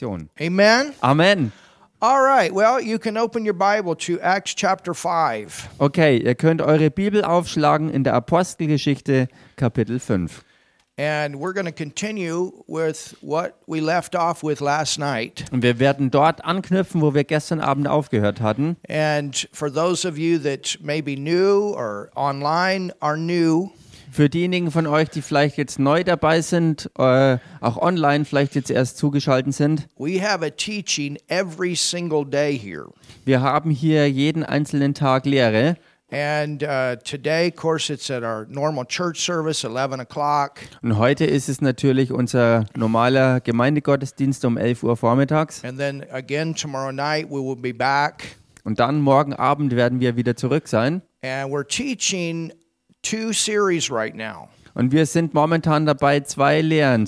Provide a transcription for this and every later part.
Amen. Amen. All right. Well, you can open your Bible to Acts chapter 5. Okay, ihr könnt eure Bibel aufschlagen in der Apostelgeschichte Kapitel 5. And we're going to continue with what we left off with last night. Und wir werden dort anknüpfen, wo wir gestern Abend aufgehört hatten. And for those of you that may be new or online are new, Für diejenigen von euch, die vielleicht jetzt neu dabei sind, auch online vielleicht jetzt erst zugeschaltet sind, we have a teaching every single day here. wir haben hier jeden einzelnen Tag Lehre. And today, of course, it's at our normal church service, 11 o'clock. Und heute ist es natürlich unser normaler Gemeindegottesdienst um 11 Uhr vormittags. And then again tomorrow night, we will be back. Und dann morgen Abend werden wir wieder zurück sein. And we're teaching 2 series right now. Und wir sind momentan dabei, 2 Lehrserien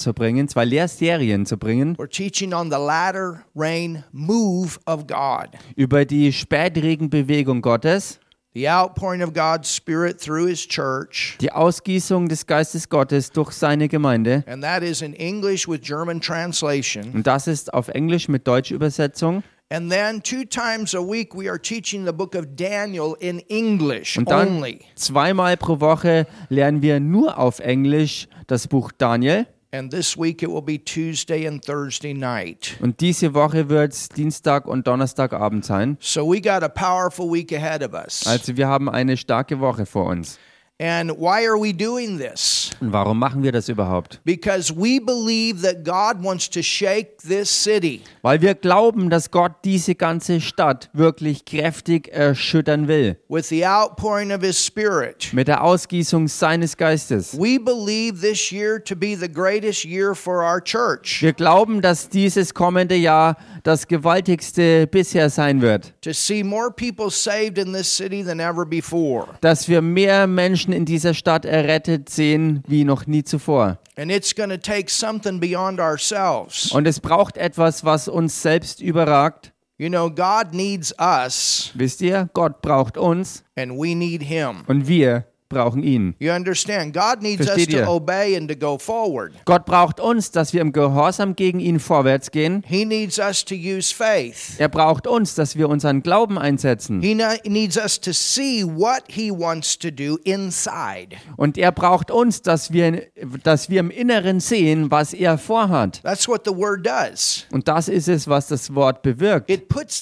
zu bringen We're teaching on the latter rain move of God, über die Spätregenbewegung Gottes, the outpouring of God's Spirit through His church. die Ausgießung des Geistes Gottes durch seine Gemeinde. And that is in English with German translation. Und das ist auf Englisch mit Deutschübersetzung. And then 2 times a week we are teaching the book of Daniel in English Und dann only. 2-mal pro Woche lernen wir nur auf Englisch das Buch Daniel. And this week it will be Tuesday and Thursday night. Und diese Woche wird es Dienstag und Donnerstagabend sein. So we got a powerful week ahead of us. Also wir haben eine starke Woche vor uns. And why are we doing this? Und warum machen wir das überhaupt? Because we believe that God wants to shake this city. Weil wir glauben, dass Gott diese ganze Stadt wirklich kräftig erschüttern will. With the outpouring of His Spirit. Mit der Ausgießung seines Geistes. We believe this year to be the greatest year for our church. Wir glauben, dass dieses kommende Jahr das gewaltigste bisher sein wird. To see more people saved in this city than ever before. Dass wir mehr Menschen in dieser Stadt errettet sehen wie noch nie zuvor. And it's going to take something beyond ourselves. Und es braucht etwas, was uns selbst überragt. You know, God needs us Wisst ihr, Gott braucht uns and we need Him. und wir brauchen ihn. You understand? God needs us Versteht to ihr? obey and to go forward. Gott braucht uns, dass wir im Gehorsam gegen ihn vorwärts gehen. He needs us to use faith. Er braucht uns, dass wir unseren Glauben einsetzen. He needs us to see what He wants to do inside. Und er braucht uns, dass wir im Inneren sehen, was er vorhat. That's what the Word does. Und das ist es, was das Wort bewirkt. It puts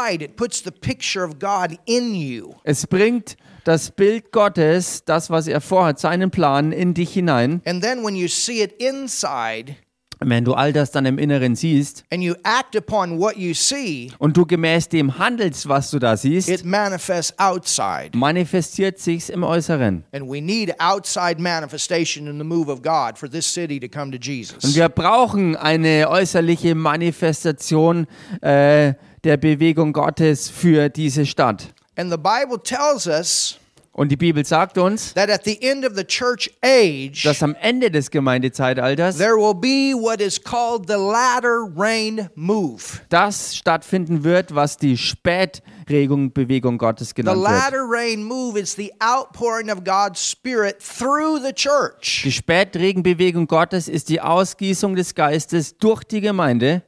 the picture of God in you. Es bringt das Bild Gottes, das, was er vorhat, seinen Plan in dich hinein. And then when you see it inside Wenn du all das dann im Inneren siehst and you act upon what you see, und du gemäß dem handelst, was du da siehst, it manifests outside. manifestiert sich's im Äußeren. And we need outside manifestation in the move of God for this city to come to Und Jesus. wir brauchen eine äußerliche Manifestation der Bewegung Gottes für diese Stadt. And the Bible tells us Und die Bibel sagt uns, that at the end of the church age, dass am Ende des Gemeindezeitalters there will be what is called the latter rain move. das stattfinden wird, was die Spätregenbewegung Gottes The genannt wird. latter rain move is the outpouring of God's Spirit through the church. Die Spätregenbewegung Gottes ist die Ausgießung des Geistes durch die Gemeinde.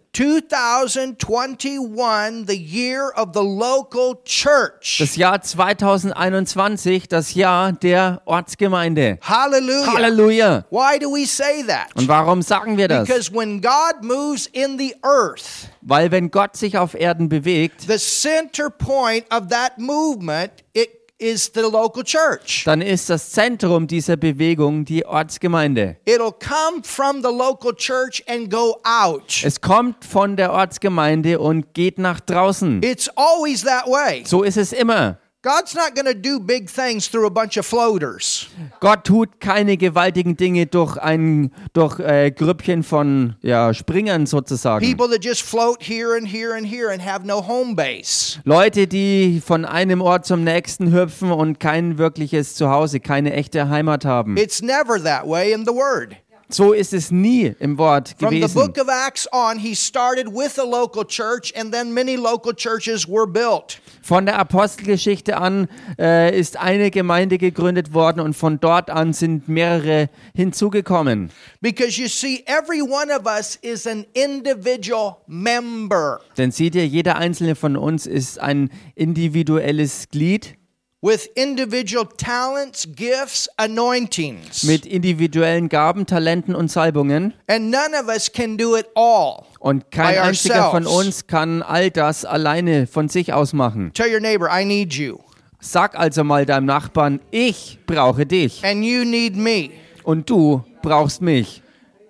2021, the year of the local church. Das Jahr 2021, das Jahr der Ortsgemeinde. Hallelujah. Halleluja! Why do we say that? Und warum sagen wir das? Because when God moves in the earth, Weil wenn Gott sich auf Erden bewegt, the center point of that movement, it is the local church. dann ist das Zentrum dieser Bewegung die Ortsgemeinde. It'll come from the local church and go out. Es kommt von der Ortsgemeinde und geht nach draußen. It's always that way. So ist es immer. God's not going to do big things through a bunch of floaters. Gott tut keine gewaltigen Dinge durch Grüppchen von Springern sozusagen. People that just float here and here and here and have no home base. Leute, die von einem Ort zum nächsten hüpfen und kein wirkliches Zuhause, keine echte Heimat haben. It's never that way in the Word. So ist es nie im Wort From the gewesen. book of Acts on, he started with a local church, and then many local churches were built. Von der Apostelgeschichte an ist eine Gemeinde gegründet worden und von dort an sind mehrere hinzugekommen. Because you see, every one of us is an individual member Denn seht ihr, jeder einzelne von uns ist ein individuelles Glied with individual talents, gifts, anointings. mit individuellen Gaben, Talenten und Salbungen. And none of us can do it all. Und kein By einziger von ourselves. uns kann all das alleine von sich aus machen. Tell your neighbor, I need you. Sag also mal deinem Nachbarn, ich brauche dich And you need me. und du brauchst mich.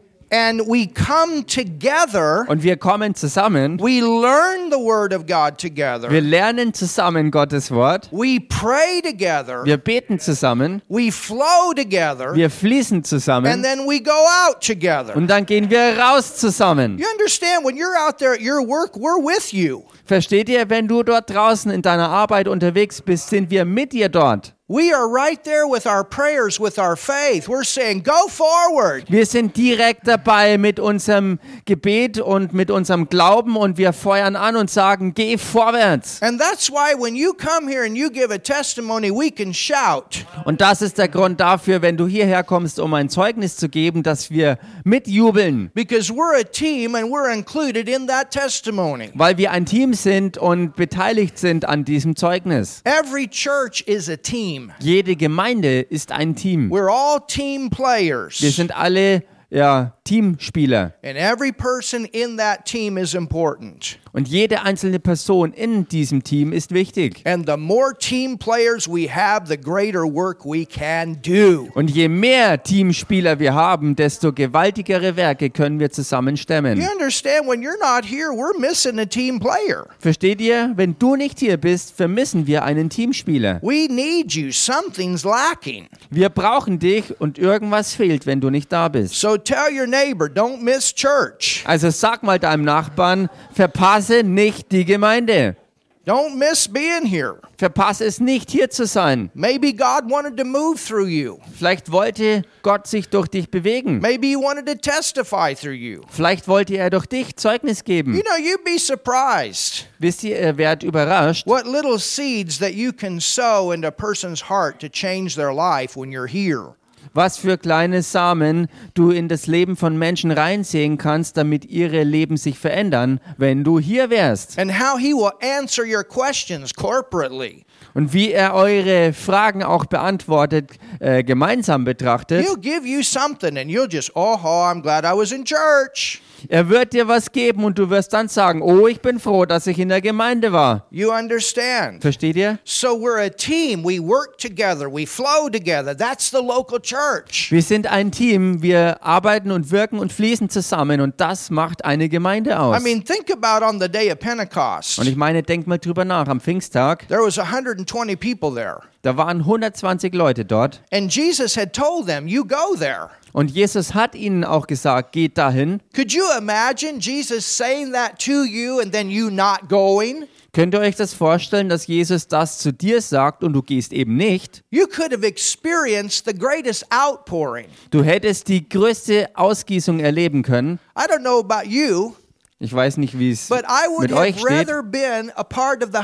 And we come together. Und wir kommen zusammen, We learn the word of God together. wir lernen zusammen Gottes Wort, We pray together. wir beten zusammen, We flow together. wir fließen And zusammen then we go out together. und dann gehen wir raus zusammen. You understand, when you're out there at your work, we're with you. Versteht ihr, wenn du dort draußen in deiner Arbeit unterwegs bist, sind wir mit dir dort. We are right there with our prayers, with our faith. We're saying, go forward. Wir sind direkt dabei mit unserem Gebet und mit unserem Glauben und wir feuern an und sagen, geh vorwärts. And that's why when you come here and you give a testimony, we can shout. Und das ist der Grund dafür, wenn du hierher kommst, um ein Zeugnis zu geben, dass wir mitjubeln, Because we're a team and we're included in that testimony. weil wir ein Team sind und beteiligt sind an diesem Zeugnis. Every church is a team. Jede Gemeinde ist ein Team. We're all team Wir players. sind alle Teamspieler. And every person in that team is important. Und jede einzelne Person in diesem Team ist wichtig. And the more team players we have, the greater work we can do. Und je mehr Teamspieler wir haben, desto gewaltigere Werke können wir zusammen stemmen. You understand, when you're not here, we're missing a team player. Versteht ihr? Wenn du nicht hier bist, vermissen wir einen Teamspieler. We need you. Something's lacking. Wir brauchen dich und irgendwas fehlt, wenn du nicht da bist. So tell your neighbor, don't miss church. Also sag mal deinem Nachbarn, verpasse nicht die Gemeinde. Don't miss being here. Verpasse es nicht, hier zu sein. Maybe God wanted to move through you. Vielleicht wollte Gott sich durch dich bewegen. Maybe He wanted to testify through you. Vielleicht wollte er durch dich Zeugnis You geben. know, you'd be surprised Wisst ihr, ihr werdet überrascht, what little seeds that you can sow into a person's heart to change their life when you're here. was für kleine Samen du in das Leben von Menschen reinsehen kannst, damit ihre Leben sich verändern, wenn du hier wärst. And how He will answer your questions corporately. Und wie er eure Fragen auch beantwortet, gemeinsam betrachtet. He'll give you something and you'll just, oh, I'm glad I was in church. Er wird dir was geben und du wirst dann sagen, oh, ich bin froh, dass ich in der Gemeinde war. You understand? Versteht ihr? So we're a team. We work together. We flow together. That's the local church. Wir sind ein Team, wir arbeiten und wirken und fließen zusammen und das macht eine Gemeinde aus. I mean, think about on the day of Pentecost. Und ich meine, denk mal drüber nach, am Pfingsttag, There was 120 people there. da waren 120 Leute dort And Jesus had told them, you go there. und Jesus hat ihnen auch gesagt, geht dahin. Could you imagine Jesus saying that to you and then you not going? Könnt ihr euch das vorstellen, dass Jesus das zu dir sagt und du gehst eben nicht? You could have experienced the greatest outpouring. Du hättest die größte Ausgießung erleben können. I don't know about you, Ich weiß nicht, wie es but I would mit euch have steht, rather been a part of the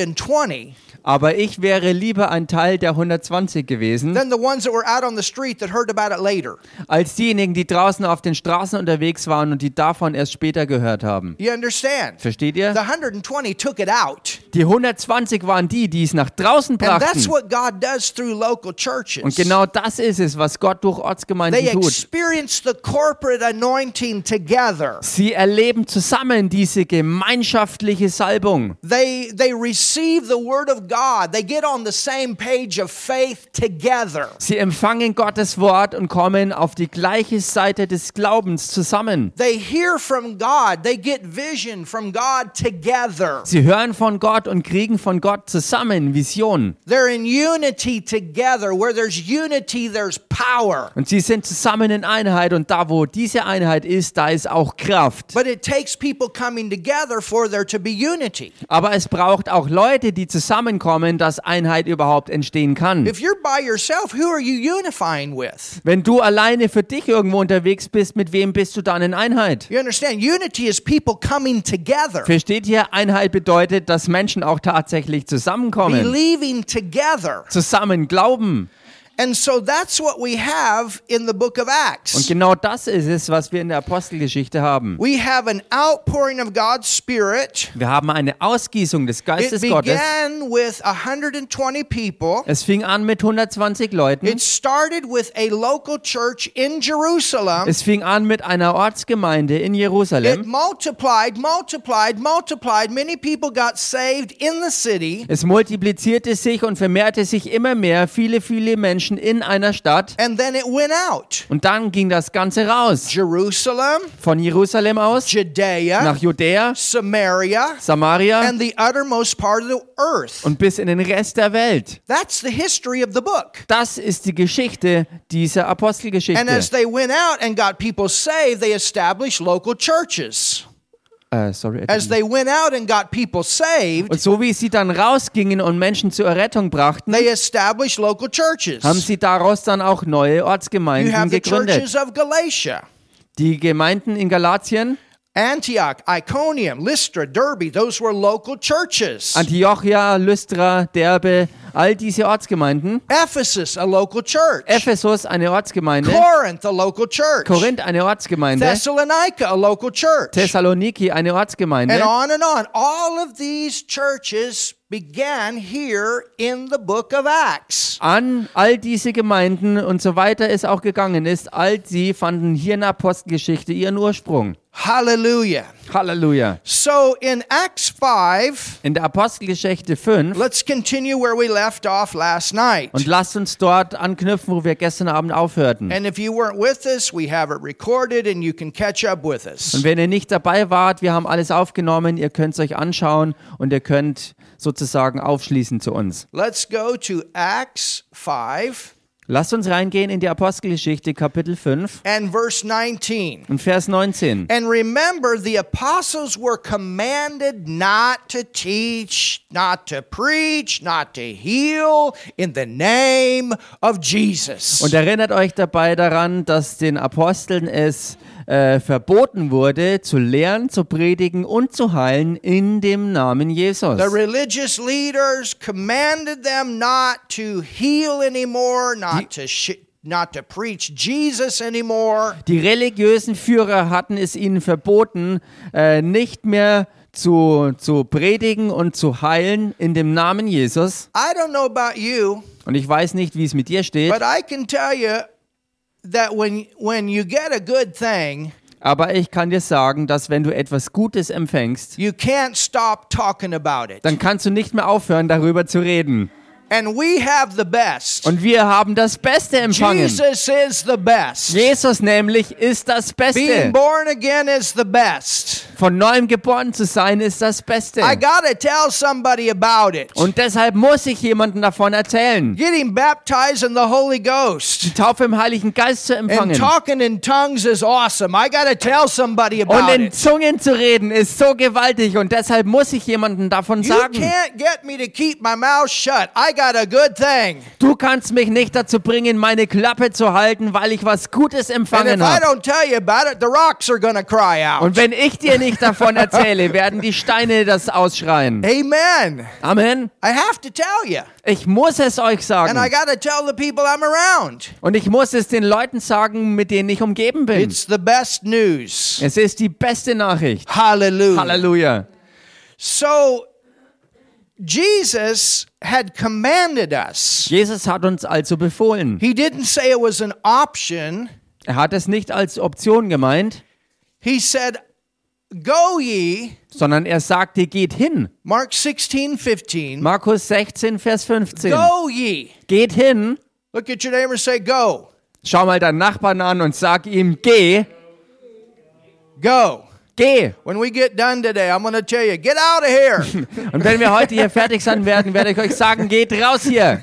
120 aber ich wäre lieber ein Teil der 120 gewesen, than the ones that were out on the street that heard about it later. als diejenigen, die draußen auf den Straßen unterwegs waren und die davon erst später gehört haben. You understand? Versteht ihr? The 120 took it out. Die 120 waren die, die es nach draußen And that's brachten. what God does through local churches. Und genau das ist es, was Gott durch Ortsgemeinden They tut. experience the corporate anointing together. Sie erleben zusammen diese gemeinschaftliche Salbung. They receive the word of God. They get on the same page of faith together. Sie empfangen Gottes Wort und kommen auf die gleiche Seite des Glaubens zusammen. They hear from God. They get vision from God together. Sie hören von Gott Gott und kriegen von Gott zusammen Vision. They're in unity together. Where there's unity, there's power. Und sie sind zusammen in Einheit und da, wo diese Einheit ist, da ist auch Kraft. But it takes people coming together for there to be unity. Aber es braucht auch Leute, die zusammenkommen, dass Einheit überhaupt entstehen kann. If you're by yourself, who are you unifying with? Wenn du alleine für dich irgendwo unterwegs bist, mit wem bist du dann in Einheit? You understand? Unity is people coming together, Versteht ihr? Einheit bedeutet, dass Menschen auch tatsächlich zusammenkommen, believing together. zusammen glauben. And so that's what we have in the book of Und Acts. genau das ist es, was wir in der Apostelgeschichte haben. We have an outpouring of God's Spirit. Wir haben eine Ausgießung des Geistes It Gottes. began with 120 people. Es fing an mit 120 Leuten. It started with a local church in Jerusalem. Es fing an mit einer Ortsgemeinde in It Jerusalem. multiplied. Many people got saved in the city. Es multiplizierte sich und vermehrte sich immer mehr, viele Menschen in einer Stadt. And then it went out. Und dann ging das Ganze raus. Jerusalem, Von Jerusalem aus Judea, nach Judäa, Samaria, Samaria and the uttermost part of the earth. und bis in den Rest der Welt. That's the history of the book. Das ist die Geschichte dieser And as Apostelgeschichte. they went out and got people saved, they established local churches. As they went out and got people saved, Und so wie sie dann rausgingen und Menschen zur Errettung brachten, they established local churches. haben sie daraus dann auch neue You Ortsgemeinden have the gegründet. churches of Galatia, Die Gemeinden in Galatien, Antioch, Iconium, Lystra, Derbe, those were local churches. Antiochia, Lystra, Derbe, all diese Ortsgemeinden. Ephesus, a local church. Ephesus, eine Ortsgemeinde. Corinth, a local church. Korinth, eine Ortsgemeinde. Thessalonica, a local church. Thessaloniki, eine Ortsgemeinde. And on and on. All of these churches began here in the book of Acts. An all diese Gemeinden und so weiter es auch gegangen ist, all sie fanden hier in der Apostelgeschichte ihren Ursprung. Hallelujah. Halleluja. So in Acts 5, In der Apostelgeschichte 5, let's continue where we left off last night. und lasst uns dort anknüpfen, wo wir gestern Abend aufhörten. And if you weren't with us, we have it recorded and you can catch up with Und us. wenn ihr nicht dabei wart, wir haben alles aufgenommen, ihr könnt es euch anschauen und ihr könnt sozusagen aufschließen zu uns. Let's go to Acts 5 Lasst uns reingehen in die Apostelgeschichte, Kapitel 5 and verse 19. und Vers 19. And remember, the apostles were commanded not to teach, not to preach, not to heal in the name of Jesus. Und erinnert euch dabei daran, dass den Aposteln es verboten wurde, zu lehren, zu predigen und zu heilen in dem Namen Jesus. The religious leaders commanded them not to heal anymore, not to preach Jesus anymore. Die religiösen Führer hatten es ihnen verboten, nicht mehr zu predigen und zu heilen in dem Namen Jesus. I don't know about you, Und ich weiß nicht, wie es mit dir steht, but I can tell you that when you get a good thing, aber ich kann dir sagen, dass wenn du etwas Gutes empfängst, you can't stop talking about it. dann kannst du nicht mehr aufhören, darüber zu reden. And we have the best. Und wir haben das Beste empfangen. Jesus is the best. Jesus nämlich ist das Being Beste. born again is the best. Von neuem geboren zu sein ist das Beste. I gotta tell somebody about it. Und deshalb muss ich jemandem davon erzählen. Getting baptized in the Holy Ghost Die Taufe im Heiligen Geist zu and empfangen. talking in tongues is awesome. I gotta tell somebody Und about in it. Zungen zu reden ist so gewaltig und deshalb muss ich jemandem davon You sagen. can't get me to keep my mouth shut. I got a good thing. Du kannst mich nicht dazu bringen, meine Klappe zu halten, weil ich was Gutes And if empfangen I habe. don't tell you about it, the rocks are gonna cry out. Und wenn ich dir nicht davon erzähle, werden die Steine das ausschreien. Amen. Amen. I have to tell you. Ich muss es euch And sagen. I gotta tell the people I'm around. Und ich muss es den Leuten sagen, mit denen ich umgeben bin. It's the best news. Es ist die beste Nachricht. Hallelujah. Halleluja. So, Jesus had commanded us. Jesus hat uns also befohlen. He didn't say it was an option. Er hat es nicht als Option gemeint, He said, Go ye, sondern er sagte, geht hin. Mark 16:15. Markus 16, Vers 15. Go ye. Geht hin. Look at your neighbor and say, Go. Schau mal deinen Nachbarn an und sag ihm, geh. Go. geh. When we get done today, I'm going to tell you, get out of here. Und wenn wir heute hier fertig sein werden, werde ich euch sagen, geht raus hier.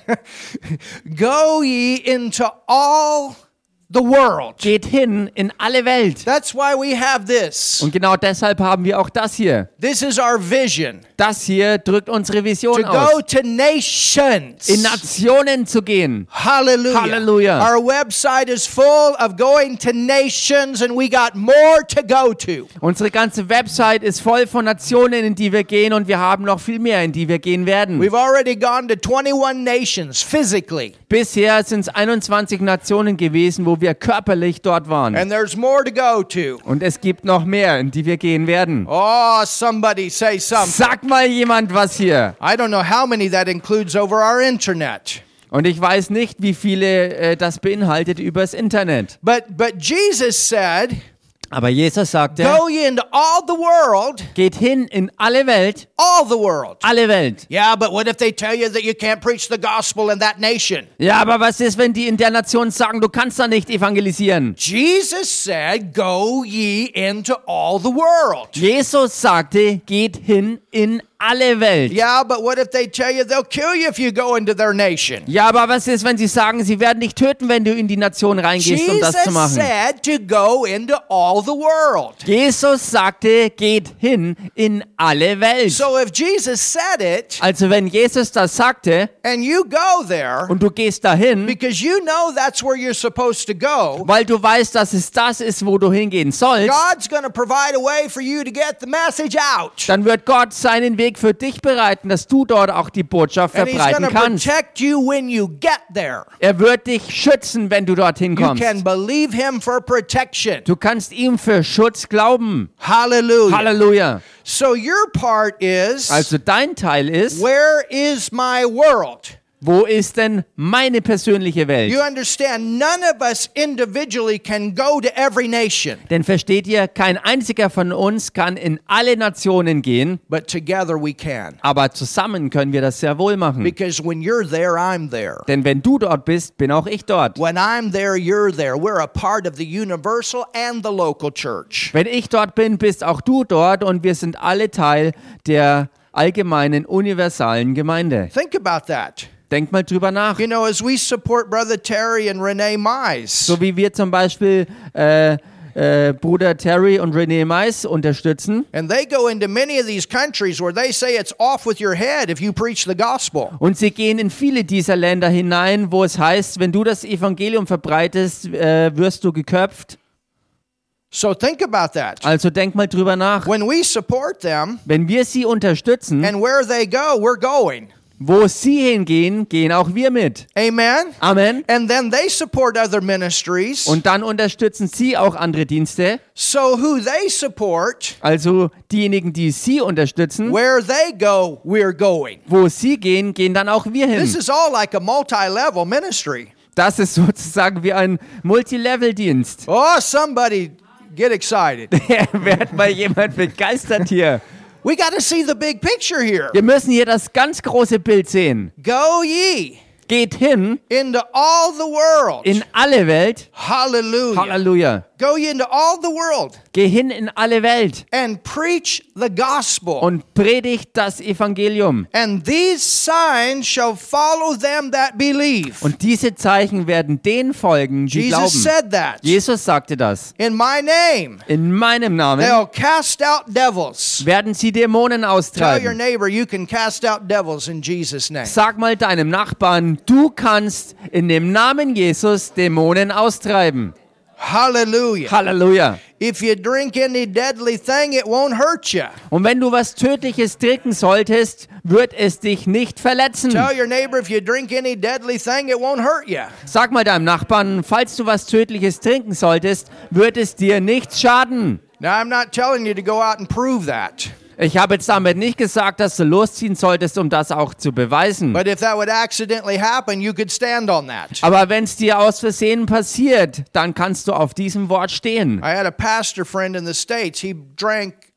Go ye into all the world. Geht hin in alle Welt. That's why we have this. Und genau deshalb haben wir auch das hier. This is our vision. Das hier drückt unsere Vision To go aus. to nations. In Nationen zu gehen. Hallelujah. Hallelujah. Our website is full of going to nations and we got more to go to. Unsere ganze Website ist voll von Nationen, in die wir gehen, und wir haben noch viel mehr, in die wir gehen werden. We've already gone to 21 nations physically. Bisher sind es 21 Nationen gewesen, wo wir körperlich dort waren. And there's more to go to. Und es gibt noch mehr, in die wir gehen werden. Oh, somebody say something. Sag mal jemand was hier. I don't know how many that includes over our internet. Und ich weiß nicht, wie viele das beinhaltet übers Internet. But Jesus said, Aber Jesus sagte, go ye into all the world, geht hin in alle Welt, all the world. alle Welt. Yeah, but what if they tell you that you can't preach the gospel in that nation? Ja, aber was ist, wenn die in der Nation sagen, du kannst da nicht evangelisieren? Jesus said, go ye into all the world. Jesus sagte, geht hin in alle Welt. Yeah, but what if they tell you they'll kill you if you go into their nation? Ja, aber was ist, wenn sie sagen, sie werden dich töten, wenn du in die Nation reingehst, um das zu Jesus machen? said to go into all the world. Jesus sagte, geht hin in alle Welt. So if Jesus said it Also wenn Jesus das sagte and you go there und du gehst dahin, because you know that's where you're supposed to go, weil du weißt, dass es das ist, wo du hingehen sollst, God's going to provide a way for you to get the message out. dann wird Gott seinen Weg für dich bereiten, dass du dort auch die Botschaft And he's going verbreiten to kannst. protect you when you get there. Er wird dich schützen, wenn du dorthin You kommst. can believe him for protection. Du kannst ihm für Schutz glauben. Hallelujah. Halleluja. So your part is, Also dein Teil ist, where is my world? wo ist denn meine persönliche Welt? You understand, none of us individually can go to every nation, Denn versteht ihr, kein einziger von uns kann in alle Nationen gehen, but together we can. aber zusammen können wir das sehr wohl machen. Because when you're there, I'm there. Denn wenn du dort bist, bin auch ich dort. When I'm there, you're there. We're a part of the universal and the local church. Wenn ich dort bin, bist auch du dort, und wir sind alle Teil der allgemeinen, universalen Gemeinde. Think about that. Denk mal drüber nach. You know, as we support Brother Terry and Renee Mize, So wie wir zum Beispiel Bruder Terry und René Mais unterstützen. and they go into many of these countries where they say it's off with your head if you preach the gospel. Und sie gehen in viele dieser Länder hinein, wo es heißt, wenn du das Evangelium verbreitest, wirst du geköpft. So think about that. Also denk mal drüber nach. When we support them Wenn wir sie unterstützen, and where they go, we're going. wo sie hingehen, gehen auch wir mit. Amen? Amen. And then they support other ministries. Und dann unterstützen sie auch andere Dienste. So who they support, Also diejenigen, die sie unterstützen, where they go, we're going. wo sie gehen, gehen dann auch wir hin. This is all like a multi-level ministry. Das ist sozusagen wie ein Multilevel-Dienst. Oh, somebody get excited. Wird mal jemand begeistert hier. We got to see the big picture here. Wir müssen hier das ganz große Bild sehen. Go ye Geht hin into all the world. in alle Welt. Hallelujah. Halleluja. Go ye into all the world Geh hin in alle Welt and preach the gospel. und predigt das Evangelium. And these signs shall follow them that believe. Und diese Zeichen werden denen folgen, die Jesus glauben. said that. Jesus sagte das. In my name, In meinem Namen they'll cast out devils. werden sie Dämonen Tell your austreiben. neighbor you can cast out devils in Jesus' name. Sag mal deinem Nachbarn, du kannst in dem Namen Jesus Dämonen austreiben. Hallelujah. Halleluja. If you drink any deadly thing, it won't hurt you. Und wenn du was Tödliches trinken solltest, wird es dich nicht verletzen. Tell your neighbor if you drink any deadly thing, it won't hurt you. Sag mal deinem Nachbarn, falls du was Tödliches trinken solltest, wird es dir nichts schaden. Now, I'm not telling you to go out and prove that. Ich habe jetzt damit nicht gesagt, dass du losziehen solltest, um das auch zu beweisen. But if that would accidentally happen, you could stand on that. Aber wenn es dir aus Versehen passiert, dann kannst du auf diesem Wort stehen. I had a pastor friend in the States. He drank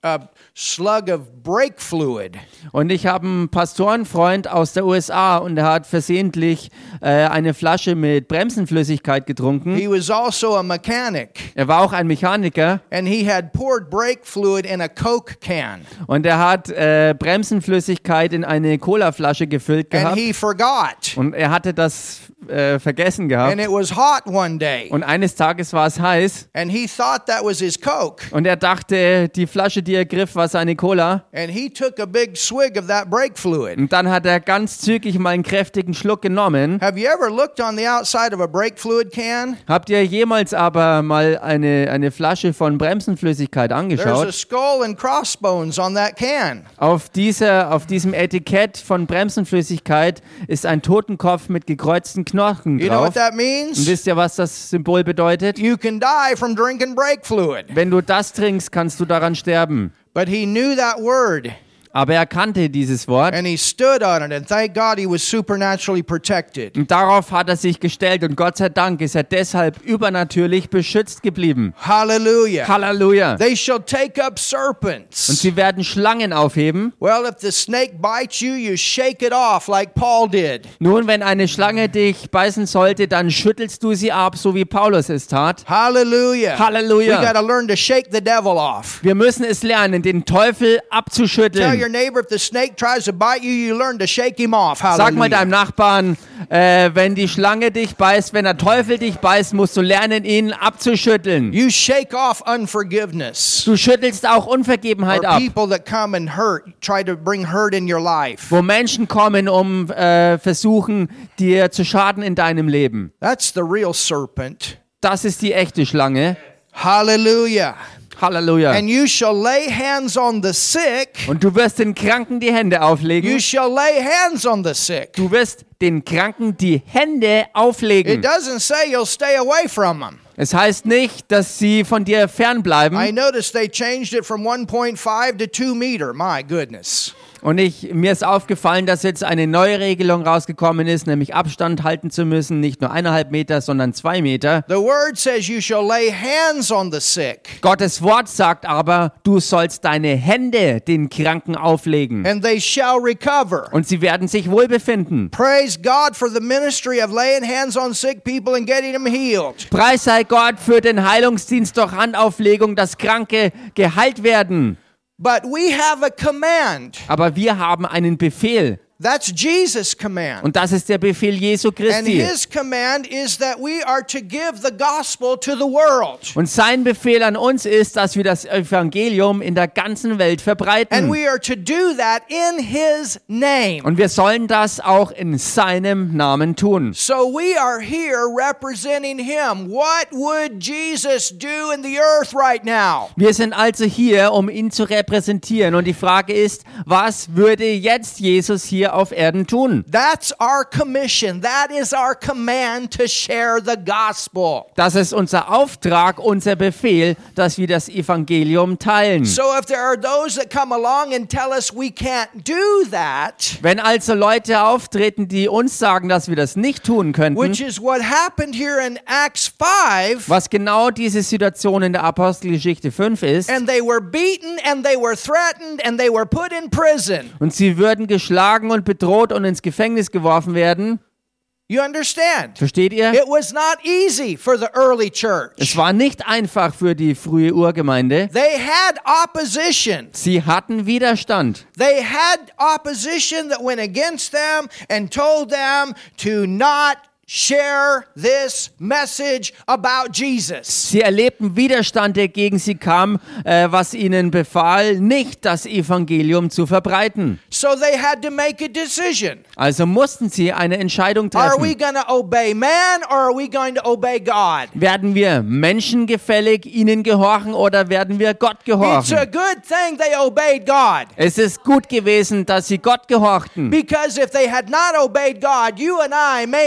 slug of brake fluid. Und ich habe einen Pastorenfreund aus der USA und er hat versehentlich eine Flasche mit Bremsenflüssigkeit getrunken. He was also a mechanic, Er war auch ein Mechaniker and he had poured brake fluid in a Coke can, und er hat Bremsenflüssigkeit in eine Colaflasche gefüllt and gehabt he forgot. und er hatte das vergessen gehabt. And it was hot one day, Und eines Tages war es heiß and he thought that was his Coke, und er dachte, die Flasche, die er griff, war seine Cola. and he took a big swig of that brake fluid. Und dann hat er ganz zügig mal einen kräftigen Schluck genommen. Have you ever looked on the outside of a brake fluid can? Habt ihr jemals aber mal eine Flasche von Bremsenflüssigkeit There's a angeschaut? skull and crossbones on that can. Auf diesem Etikett von Bremsenflüssigkeit ist ein Totenkopf mit gekreuzten Knochen You know drauf. what that Und means? wisst ihr, was das Symbol bedeutet? You can die from drinking brake fluid. Wenn du das trinkst, kannst du daran sterben. But he knew that word, Aber er kannte dieses Wort. and he stood on it, and thank God he was supernaturally protected. Und darauf hat er sich gestellt und Gott sei Dank ist er deshalb übernatürlich beschützt geblieben. Hallelujah. Halleluja. They shall take up Und serpents. sie werden Schlangen aufheben. Well, if the snake bites you, you shake it off like Paul did. Nun, wenn eine Schlange dich beißen sollte, dann schüttelst du sie ab, so wie Paulus es tat. Hallelujah. Hallelujah. We got to learn to shake the devil off. Wir müssen es lernen, den Teufel Tell abzuschütteln. your neighbor, if the snake tries to bite you, you learn to shake him off. Sag mal deinem Hallelujah. Nachbarn, wenn die Schlange dich beißt, wenn der Teufel dich beißt, musst du lernen, ihn abzuschütteln. You shake off unforgiveness. Du schüttelst auch Unvergebenheit Or ab, people that come and try to bring hurt in your life. wo Menschen kommen, um versuchen, dir zu schaden in deinem Leben. That's the real serpent. Das ist die echte Schlange. Hallelujah. Halleluja. And you shall lay hands on the sick. Und du wirst den Kranken die Hände You auflegen. shall lay hands on the sick. Du wirst den Kranken die Hände It auflegen. doesn't say you'll stay away from them. Es heißt nicht, dass sie von dir I fernbleiben. noticed they changed it from 1.5 to 2 meter. My goodness. Und mir ist aufgefallen, dass jetzt eine neue Regelung rausgekommen ist, nämlich Abstand halten zu müssen, nicht nur 1,5 Meter, sondern 2 Meter. The word says you shall lay hands on the sick, Gottes Wort sagt aber, du sollst deine Hände den Kranken auflegen and they shall recover. und sie werden sich wohlbefinden. Praise God for the ministry of laying hands on sick people and getting them healed. Preis sei Gott für den Heilungsdienst durch Handauflegung, dass Kranke geheilt werden. But we have a command. Aber wir haben einen Befehl. That's Jesus' command. Und das ist der Befehl Jesu And Christi. his command is that we are to give the gospel to the world. Und sein Befehl an uns ist, dass wir das Evangelium in der ganzen Welt And verbreiten. we are to do that in his name. Und wir sollen das auch in seinem Namen tun. So we are here representing him. What would Jesus do in the earth right now? Wir sind also hier, um ihn zu repräsentieren. Und die Frage ist, was würde jetzt Jesus hier auf Erden tun? That's our commission. That is our command to share the gospel. Das ist unser Auftrag, unser Befehl, dass wir das Evangelium teilen. So if there are those that come along and tell us we can't do that, Wenn also Leute auftreten, die uns sagen, dass wir das nicht tun könnten, which is what happened here in Acts 5, was genau diese Situation in der Apostelgeschichte 5 ist, and they were beaten and they were threatened and they were put in prison. und sie würden geschlagen und bedroht und ins Gefängnis geworfen werden. You understand? Versteht ihr? It was not easy for the early church. Es war nicht einfach für die frühe Urgemeinde. They had opposition. Sie hatten Widerstand. They had opposition that went against them and told them to not share this message about Jesus. Sie erlebten Widerstand, der gegen sie kam, was ihnen befahl, nicht das Evangelium zu verbreiten. So they had to make a decision. Also mussten sie eine Entscheidung Are we treffen. going to obey man or are we going to obey God? Werden wir menschengefällig ihnen gehorchen oder werden wir Gott It's a gehorchen? good thing they obeyed God. Es ist gut gewesen, dass sie Gott gehorchten. Because if they had not obeyed God, you and I may not have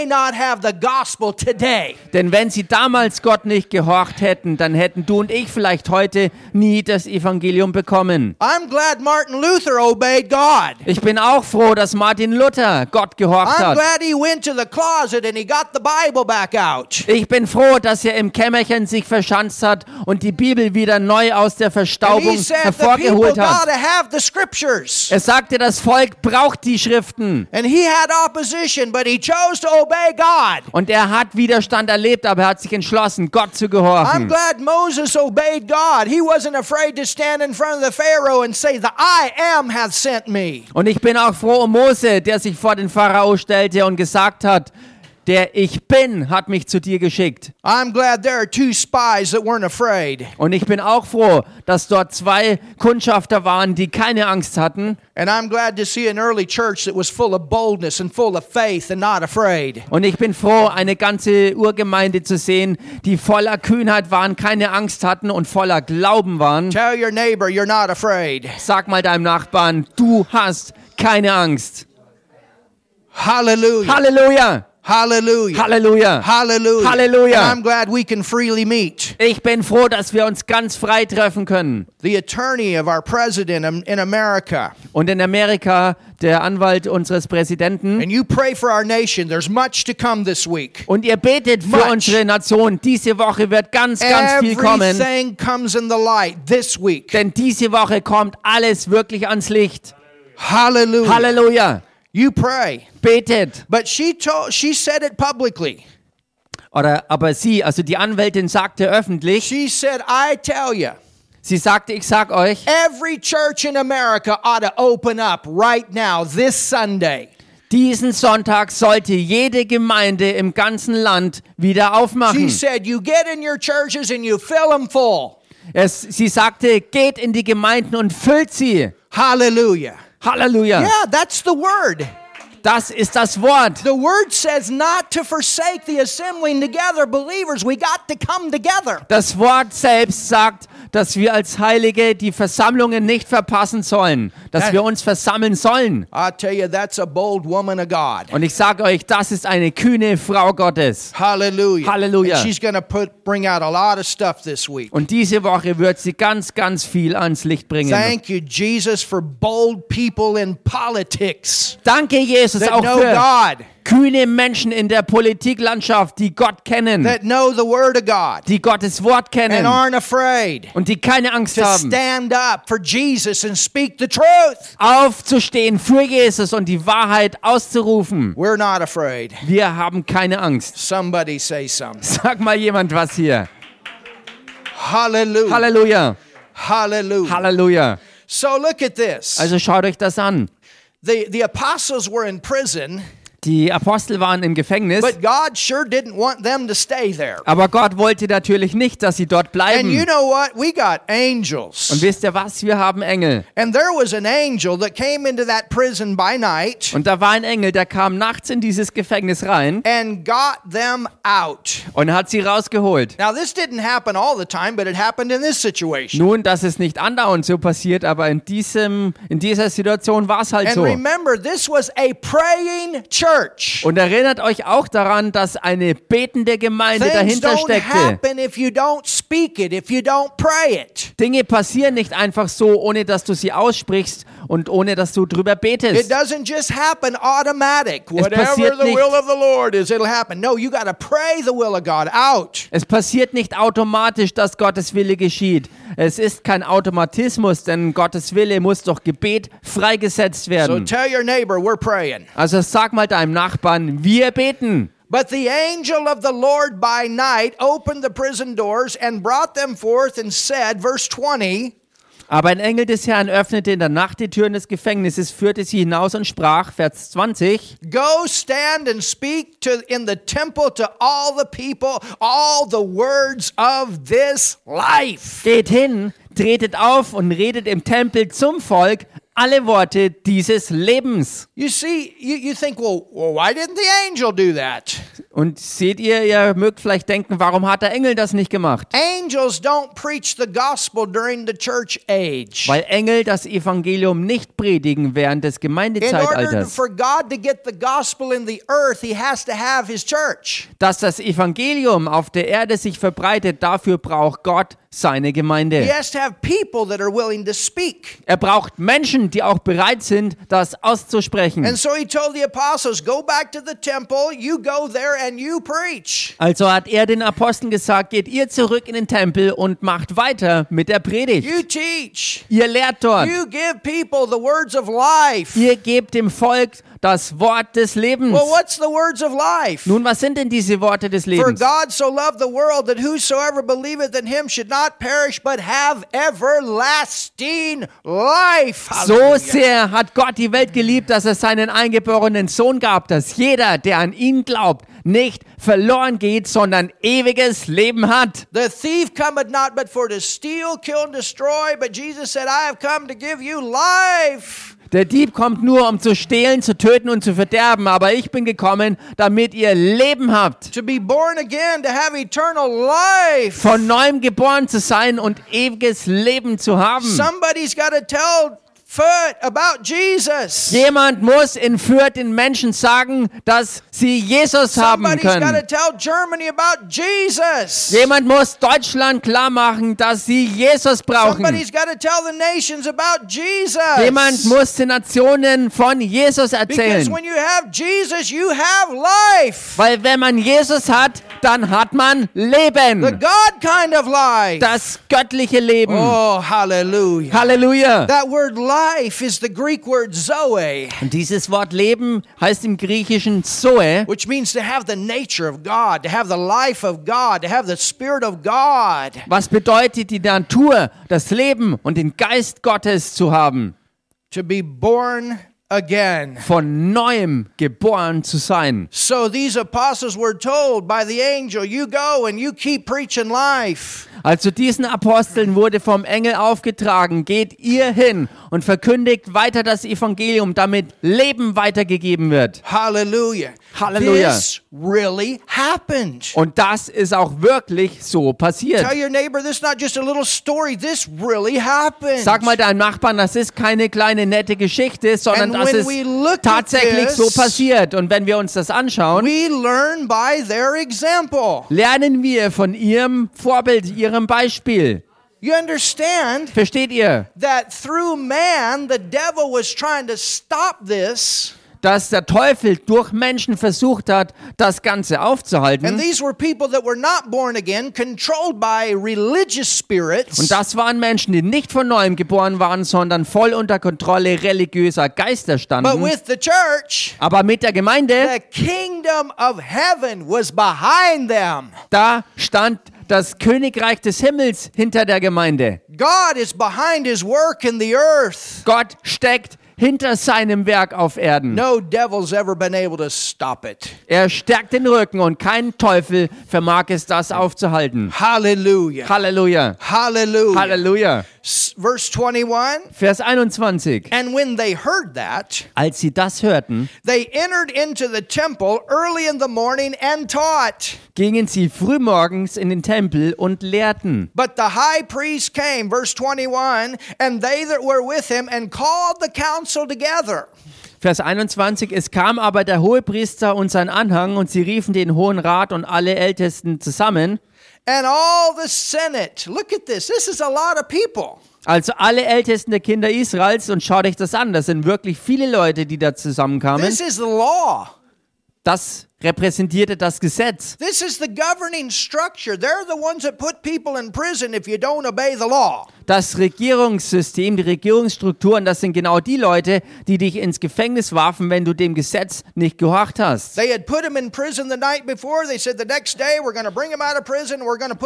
have the gospel today. Denn wenn sie damals Gott nicht gehorcht hätten, dann hätten du und ich vielleicht heute nie das Evangelium bekommen. I'm glad Martin Luther obeyed God. Ich bin auch froh, dass Martin Luther Gott gehorcht I'm hat. glad he went to the closet and he got the Bible back out. Ich bin froh, dass er im Kämmerchen sich verschanzt hat und die Bibel wieder neu aus der And Verstaubung he said the people hervorgeholt hat. gotta have the scriptures. Er sagte, das Volk braucht die Schriften. And he had opposition, but he chose to obey God. Und er hat Widerstand erlebt, aber er hat sich entschlossen, Gott zu I'm gehorchen. glad Moses obeyed God. He wasn't afraid to stand in front of the Pharaoh and say, "The I am hath sent me." Und ich bin auch froh um Mose, der sich vor den Pharao stellte und gesagt hat, der Ich Bin hat mich zu dir geschickt. I'm glad there are two spies that weren't afraid. Und ich bin auch froh, dass dort 2 Kundschafter waren, die keine Angst hatten. And I'm glad to see an early church that was full of boldness and full of faith and not afraid. Und ich bin froh, eine ganze Urgemeinde zu sehen, die voller Kühnheit waren, keine Angst hatten und voller Glauben waren. Tell your neighbor you're not afraid. Sag mal deinem Nachbarn, du hast keine Angst. Hallelujah. Halleluja! Hallelujah. Halleluja! Hallelujah. Hallelujah. And I'm glad we can freely meet. Ich bin froh, dass wir uns ganz frei treffen können. The attorney of our president in America. Und in Amerika, der Anwalt unseres Präsidenten. And you pray for our nation. There's much to come this week. Und ihr betet für Much. unsere Nation. Diese Woche wird ganz viel kommen. Everything comes in the light this week. Denn diese Woche kommt alles wirklich ans Licht. Hallelujah. Halleluja! You pray. Betet. But she said it publicly. Aber sie, also die Anwältin, sagte öffentlich, She said, I tell you, sie sagte, ich sag euch, every church in America ought to open up right now, this Sunday. diesen Sonntag sollte jede Gemeinde im ganzen Land wieder She aufmachen. said, you get in your churches and you fill them full. Sie sagte, geht in die Gemeinden und füllt sie. Hallelujah. Halleluja. Yeah, that's the word. Das ist das Wort. The word says not to forsake the assembling together. Believers, we got to come together. Das Wort selbst sagt, dass wir als Heilige die Versammlungen nicht verpassen sollen, dass wir uns versammeln sollen. I tell you, that's a bold woman of God. Und ich sage euch, das ist eine kühne Frau Gottes. Hallelujah. Hallelujah. And she's going to bring out a lot of stuff this week. Und diese Woche wird sie ganz viel ans Licht bringen. Thank you, Jesus, for bold people in politics Danke, Jesus, that auch know für God, kühne Menschen in der Politiklandschaft, die Gott kennen, that know the Word of God, die Gottes Wort and kennen aren't afraid und die keine Angst to haben, stand up for Jesus and speak the truth. aufzustehen für Jesus und die Wahrheit auszurufen. We're not afraid. Wir haben keine Angst. Somebody say something. Sag mal jemand was hier. Hallelujah. Halleluja. Hallelujah. Halleluja. So look at this. Also schaut euch das an. The apostles were in prison, Die Apostel waren im Gefängnis, but God sure didn't want them to stay there. aber Gott wollte natürlich nicht, dass sie dort And bleiben. you know what? We got Und angels. wisst ihr was? Wir haben Engel. And there was an angel that came into that prison by night Und da war ein Engel, der kam nachts in dieses Gefängnis rein and got them out. und hat sie rausgeholt. Now, this didn't happen all the time, but it happened in this situation. Nun, das ist nicht andauernd so passiert, aber in dieser Situation war es halt And so. remember, this was a praying church. Und erinnert euch auch daran, dass eine betende Gemeinde Things dahinter don't steckte. happen if you don't speak it, if you don't pray it. Dinge passieren nicht einfach so, ohne dass du sie aussprichst und ohne dass du drüber It betest. doesn't just happen automatic. Whatever passiert the nicht- will of the Lord is, it'll happen. No, you got to pray the will of God out. Es passiert nicht automatisch, dass Gottes Wille geschieht. Es ist kein Automatismus, denn Gottes Wille muss durch Gebet freigesetzt So werden. tell your neighbor, we're praying. Also sag mal deinem Nachbarn, wir beten. But the angel of the Lord by night opened the prison doors and brought them forth and said, verse 20, Aber ein Engel des Herrn öffnete in der Nacht die Türen des Gefängnisses, führte sie hinaus und sprach, Vers 20, go stand and speak in the temple to all the people, all the words of this life. geht hin, tretet auf und redet im Tempel zum Volk alle Worte dieses Lebens. You see, you think, well, why didn't the angel do that? Und seht ihr mögt vielleicht denken, warum hat der Engel das nicht gemacht? Angels don't preach the gospel during the church age. Weil Engel das Evangelium nicht predigen während des In order Gemeindezeitalters. for God to get the gospel in the earth, he has to have his church. Dass das Evangelium auf der Erde sich verbreitet, dafür braucht Gott seine He Gemeinde. has to have people that are willing to speak. Er braucht Menschen, die auch bereit sind, das auszusprechen. And so he told the apostles, go back to the temple, you go there and you preach. Also hat er den Aposteln gesagt, geht ihr zurück in den Tempel und macht weiter mit der Predigt. You teach. Ihr lehrt dort. You give people the words of life. Ihr gebt dem Volk das Wort des Lebens. Well, what's the words of life? Nun, was sind denn diese Worte des For Lebens? God so loved the world that whosoever believeth in him should not perish but have everlasting life. So Hallelujah. sehr hat Gott die Welt geliebt, dass er seinen eingeborenen Sohn gab, dass jeder, der an ihn glaubt, nicht verloren geht, sondern ewiges Leben hat. The thief cometh not but for to steal, kill, and destroy, but Jesus said, I have come to give you life. Der Dieb kommt nur, um zu stehlen, zu töten und zu verderben, aber ich bin gekommen, damit ihr Leben habt. To be born again, to have eternal life. Von neuem geboren zu sein und ewiges Leben zu haben. Somebody's got to tell Fürth about Jesus. Jemand muss in Fürth den Menschen sagen, dass sie Jesus haben Somebody's got to können. tell Germany about Jesus. Jemand muss Deutschland klar machen, dass sie Jesus brauchen. Somebody's got to tell the nations about Jesus. Jemand muss den Nationen von Jesus Because erzählen. when you have Jesus, you have life. Weil wenn man Jesus hat, dann hat man The Leben. God kind of life. Das göttliche Leben. Oh, hallelujah. Halleluja. That word life is the Greek word zoe, Und dieses Wort Leben heißt im Griechischen Zoe, which means to have the nature of God, to have the life of God, to have the Spirit of God. was bedeutet die Natur, das Leben und den Geist Gottes zu haben. To be born again. Von neuem geboren zu sein. So these apostles were told by the angel, you go and you keep preaching life. Also diesen Aposteln wurde vom Engel aufgetragen, geht ihr hin und verkündigt weiter das Evangelium, damit Leben weitergegeben wird. Hallelujah. Halleluja. This really happened. Und das ist auch wirklich so passiert. Tell your neighbor, this is not just a little story. This really happened. Sag mal deinem Nachbarn, das ist keine kleine nette Geschichte, sondern And das when ist we look at tatsächlich this, so passiert. Und wenn wir uns das anschauen, we learn by their example. lernen wir von ihrem Vorbild, ihrem Beispiel. You understand Versteht ihr, that through man, the devil was trying to stop this. dass der Teufel durch Menschen versucht hat, das Ganze And aufzuhalten? these were people that were not born again, controlled by religious spirits. Und das waren Menschen, die nicht von neuem geboren waren, sondern voll unter Kontrolle religiöser Geister But standen. with the church, Aber mit der Gemeinde, the kingdom of heaven was behind them. da stand das Königreich des Himmels hinter der Gemeinde. God is behind his work in the earth. Gott steckt hinter seinem Werk auf Erden. No devil's ever been able to stop it. Er stärkt den Rücken und kein Teufel vermag es, das aufzuhalten. Hallelujah. Halleluja. Hallelujah. Halleluja. Verse 21. Vers 21. And when they heard that, Als sie das hörten, they entered into the temple early in the morning and taught. gingen sie frühmorgens in den Tempel und lehrten. But the high priest came, verse 21, and they that were with him, and called the council together. Vers 21. Es kam aber der Hohepriester und sein Anhang und sie riefen den Hohen Rat und alle Ältesten zusammen. And all the Senate, look at this, this is a lot of people. Also alle Ältesten der Kinder Israels, und schaut euch das an, das sind wirklich viele Leute, die da zusammenkamen. This is the law. Das repräsentierte das Gesetz. This is the governing structure. They're the ones that put people in prison if you don't obey the law. Das Regierungssystem, die Regierungsstrukturen, das sind genau die Leute, die dich ins Gefängnis warfen, wenn du dem Gesetz nicht gehorcht hast. They had put him in prison the night before. They said the next day we're going to bring him out of prison. We're going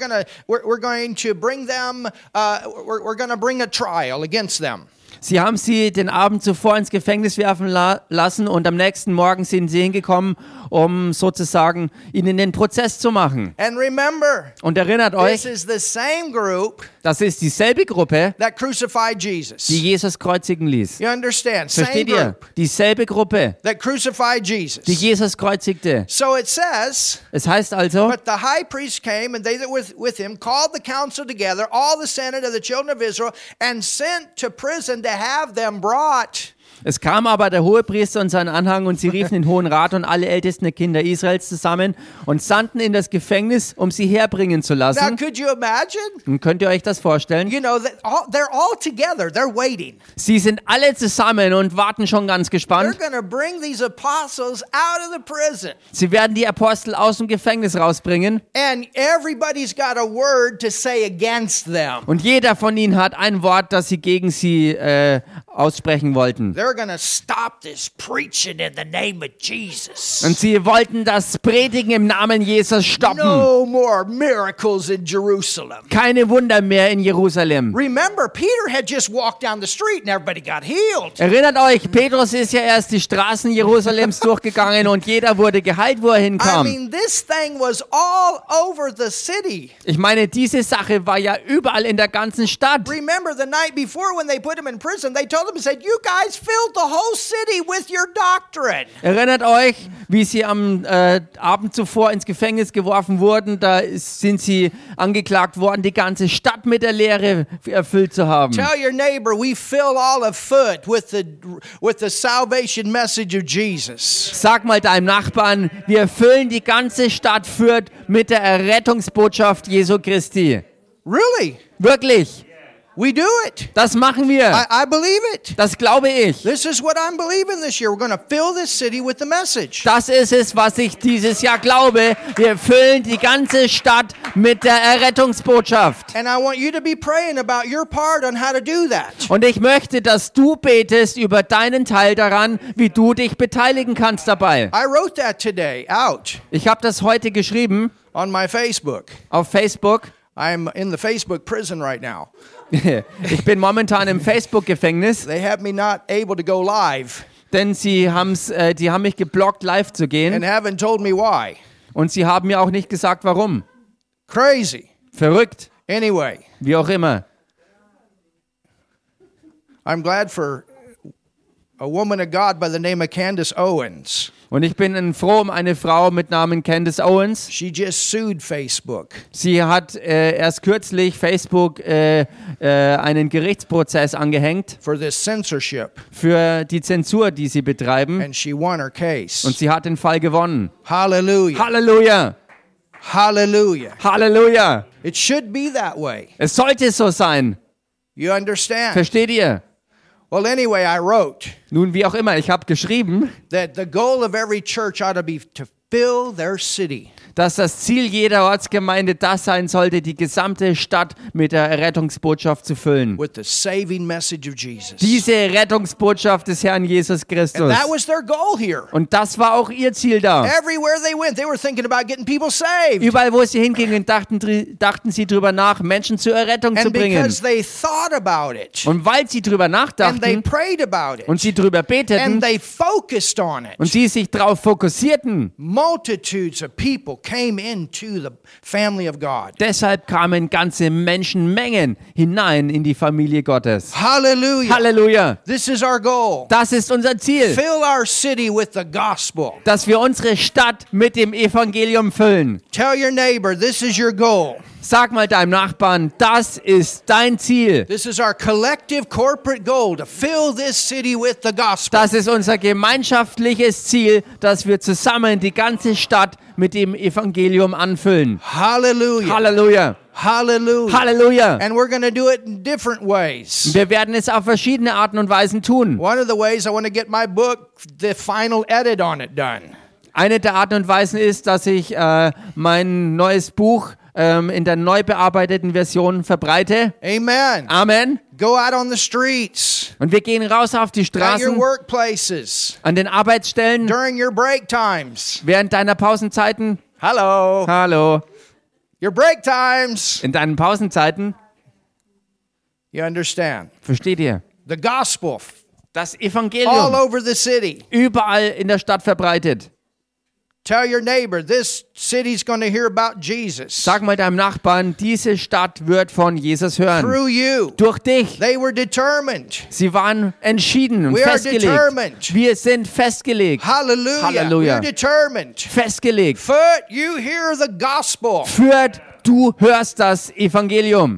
to bring a trial against them. Sie haben sie den Abend zuvor ins Gefängnis werfen lassen und am nächsten Morgen sind sie hingekommen, um sozusagen ihnen den Prozess zu machen. And remember, Und erinnert this euch, is the same group Das ist dieselbe Gruppe, that crucified Jesus. die Jesus kreuzigen ließ. You understand? Same Versteht ihr? group Dieselbe Gruppe, that crucified die Jesus. Jesus kreuzigte. So it says, Es heißt also, but the high priest came, and they that were with him called the council together, all the senate of the children of Israel, and sent to prison to have them brought. es kam aber der Hohepriester und sein Anhang und sie riefen den Hohen Rat und alle Ältesten der Kinder Israels zusammen und sandten in das Gefängnis, um sie herbringen zu Now, lassen. could you imagine? Und könnt ihr euch das vorstellen? You know, they're all together. They're waiting. Sie sind alle zusammen und warten schon ganz They're gespannt. going to bring these apostles out of the prison. Sie werden die Apostel aus dem Gefängnis rausbringen And everybody's got a word to say against them. und jeder von ihnen hat ein Wort, das sie gegen sie aussprechen wollten. They're going to stop this preaching in the name of Jesus. Und sie wollten das Predigen im Namen Jesus stoppen. No more miracles in Jerusalem. Keine Wunder mehr in Jerusalem. Remember, Peter had just walked down the street and everybody got healed. Erinnert euch, Petrus ist ja erst die Straßen Jerusalems durchgegangen und jeder wurde geheilt, wo er I hinkam. mean, this thing was all over the city. Ich meine, diese Sache war ja überall in der ganzen Stadt. Remember the night before when they put him in prison, they told him, said, you guys filled the whole city with your doctrine. Erinnert euch, wie sie am Abend zuvor ins Gefängnis geworfen wurden. Da sind sie angeklagt worden, die ganze Stadt mit der Lehre erfüllt zu haben. Tell your neighbor, we fill all of foot with the salvation message of Jesus. Sag mal deinem Nachbarn, wir füllen die ganze Stadt Fürth mit der Errettungsbotschaft Jesu Christi. Really? Wirklich, We do it. das machen wir. I believe it. Das glaube ich. This is what I'm believing this year. We're going to fill this city with the message. Das ist es, was ich dieses Jahr glaube. Wir füllen die ganze Stadt mit der Errettungsbotschaft. And I want you to be praying about your part on how to do that. Und ich möchte, dass du betest über deinen Teil daran, wie du dich beteiligen kannst dabei. I wrote that today out Ich habe das heute geschrieben on my Facebook. auf Facebook. I'm in the Facebook prison right now. Ich bin momentan im Facebook-Gefängnis, They have me not able to go live denn die haben mich geblockt, live zu and gehen. haven't told me why. Und sie haben mir auch nicht gesagt, warum. Crazy. Verrückt, Anyway, wie auch immer. I'm glad for a woman of God by the name of Candace Owens. Und ich bin froh um eine Frau mit Namen Candace Owens. She just sued Facebook. Sie hat erst kürzlich Facebook einen Gerichtsprozess angehängt For this censorship, für die Zensur, die sie betreiben. and she won her case. Und sie hat den Fall gewonnen. Hallelujah. Halleluja! Hallelujah. Halleluja! It should be that way. Es sollte so sein. You understand? Versteht ihr? Well, anyway, I wrote Nun, wie auch immer, ich habe geschrieben, that the goal of every church ought to be to fill their city dass das Ziel jeder Ortsgemeinde das sein sollte, die gesamte Stadt mit der Errettungsbotschaft zu füllen. with the saving message of Jesus. Diese Rettungsbotschaft des Herrn Jesus And Christus. that was their goal here. Und das war auch ihr Ziel da. Everywhere they went, they were thinking about getting people saved. Überall, wo sie hingingen, dachten sie drüber nach, Menschen zur Errettung zu And bringen. because they thought about it, Und weil sie drüber and they nachdachten prayed about it, und sie drüber beteten and they focused on und it, sie sich darauf fokussierten, multitudes of people came into the family of God. deshalb kamen ganze Menschenmengen hinein in die Familie Gottes. Hallelujah. Halleluja! This is our goal. Das ist unser Ziel, Fill our city with the gospel. dass wir unsere Stadt mit dem Evangelium füllen. Tell your neighbor, this is your goal. Sag mal deinem Nachbarn, das ist dein Ziel. This is our collective corporate goal to fill this city with the gospel. Das ist unser gemeinschaftliches Ziel, dass wir zusammen die ganze Stadt mit dem Evangelium anfüllen. Hallelujah. Halleluja! Hallelujah. Halleluja! And we're going to do it in different ways. Wir werden es auf verschiedene Arten und Weisen tun. One of the ways I want to get my book, the final edit on it done. Eine der Arten und Weisen ist, dass ich mein neues Buch in der neu bearbeiteten Version verbreite. Amen. Amen. Go out on the streets, Und wir gehen raus auf die at your Straßen, workplaces, an den Arbeitsstellen, during your break times. während deiner Pausenzeiten. Hello. Hallo. Your break times. In deinen Pausenzeiten. You understand? Versteht ihr? The gospel Das all Evangelium over the city. überall in der Stadt verbreitet. Tell your neighbor, this city's going to hear about Jesus. Sag mal deinem Nachbarn, diese Stadt wird von Jesus hören. Through you. Durch dich. They were determined. Sie waren entschieden und We are festgelegt. determined. Wir sind festgelegt. Hallelujah. Halleluja. We're determined. Festgelegt. Foot, you hear the gospel. Führt, du hörst das Evangelium.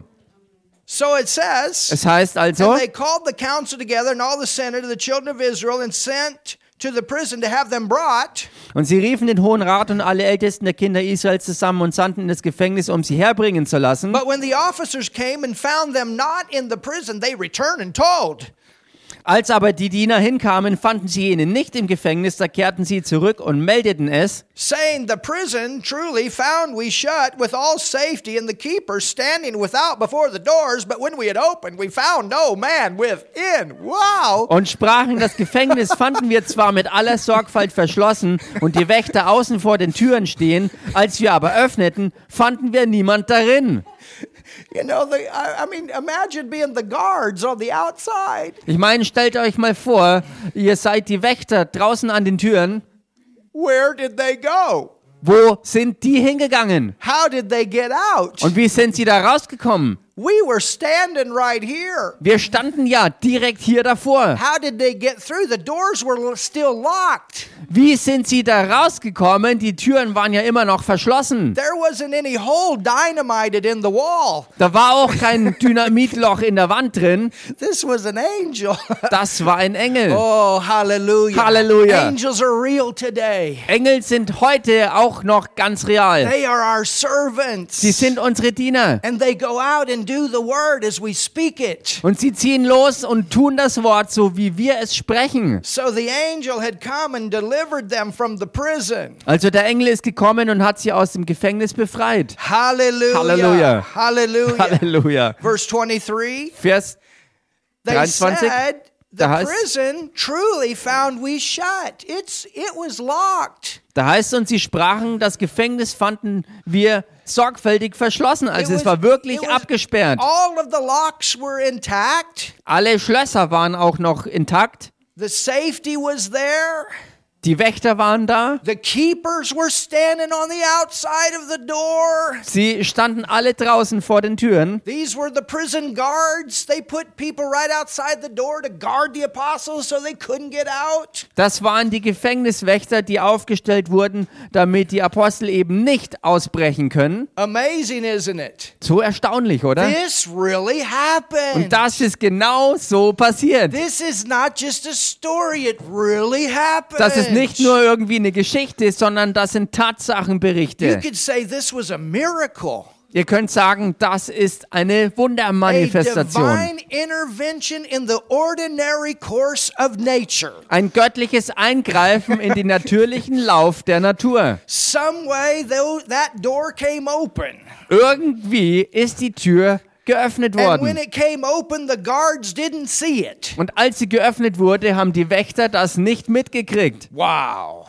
So it says, Es heißt also, and they called the council together and all the senate of the children of Israel and sent to the prison to have them brought. und sie riefen den Hohen Rat und alle Ältesten der Kinder Israels zusammen und sandten in das Gefängnis, um sie herbringen zu lassen. But when the officers came and found them not in the prison, they returned and told. Als aber die Diener hinkamen, fanden sie ihn nicht im Gefängnis, da kehrten sie zurück und meldeten es, Saying, the prison truly found we shut with all safety and the keepers standing without before the doors, but when we had opened, we found no man within. Wow! und sprachen, das Gefängnis fanden wir zwar mit aller Sorgfalt verschlossen und die Wächter außen vor den Türen stehen, als wir aber öffneten, fanden wir niemand darin. You know, I mean, imagine being the guards on the outside. Ich meine, stellt euch mal vor, ihr seid die Wächter draußen an den Türen. Where did they go? Wo sind die hingegangen? How did they get out? Und wie sind sie da rausgekommen? We were standing right here. Wir standen ja direkt hier davor. How did they get through? The doors were still locked. Wie sind sie da rausgekommen? Die Türen waren ja immer noch verschlossen. There wasn't any hole dynamited in the wall. Da war auch kein Dynamitloch in der Wand drin. This was an angel. Das war ein Engel. Oh, hallelujah. Hallelujah. Angels are real today. Engel sind heute auch noch ganz real. They are our servants. Sie sind unsere Diener. And they go out and do the word as we speak it. Und sie ziehen los und tun das Wort so, wie wir es sprechen. So the angel had come and delivered them from the prison. Also der Engel ist gekommen und hat sie aus dem Gefängnis befreit. Hallelujah. Halleluja. Hallelujah. Halleluja. Verse 23. Vers They 23. said, the Da heißt- prison truly found we shut. It was locked. Da heißt es, und sie sprachen, das Gefängnis fanden wir sorgfältig verschlossen. Also es war wirklich it was- abgesperrt. All of the locks were intact. Alle Schlösser waren auch noch intakt. The safety was there. Die Wächter waren da. The keepers were standing on the outside of the door. Sie standen alle draußen vor den Türen. These were the prison guards. They put people right outside the door to guard the apostles so they couldn't get out. Das waren die Gefängniswächter, die aufgestellt wurden, damit die Apostel eben nicht ausbrechen können. Amazing, isn't it? So erstaunlich, oder? This really happened. Und das ist genau so passiert. This is not just a story, it really happened. Das ist nicht nur irgendwie eine Geschichte, sondern das sind You Tatsachenberichte. could say this was a miracle. Ihr könnt sagen, das ist eine A Wundermanifestation. divine intervention in the ordinary course of nature. Ein göttliches Eingreifen in den natürlichen Lauf der Natur. Some way though that door came open. Irgendwie ist die Tür geöffnet And when worden. it came open, the guards didn't see it. Und als sie geöffnet wurde, haben die Wächter das nicht mitgekriegt. Wow.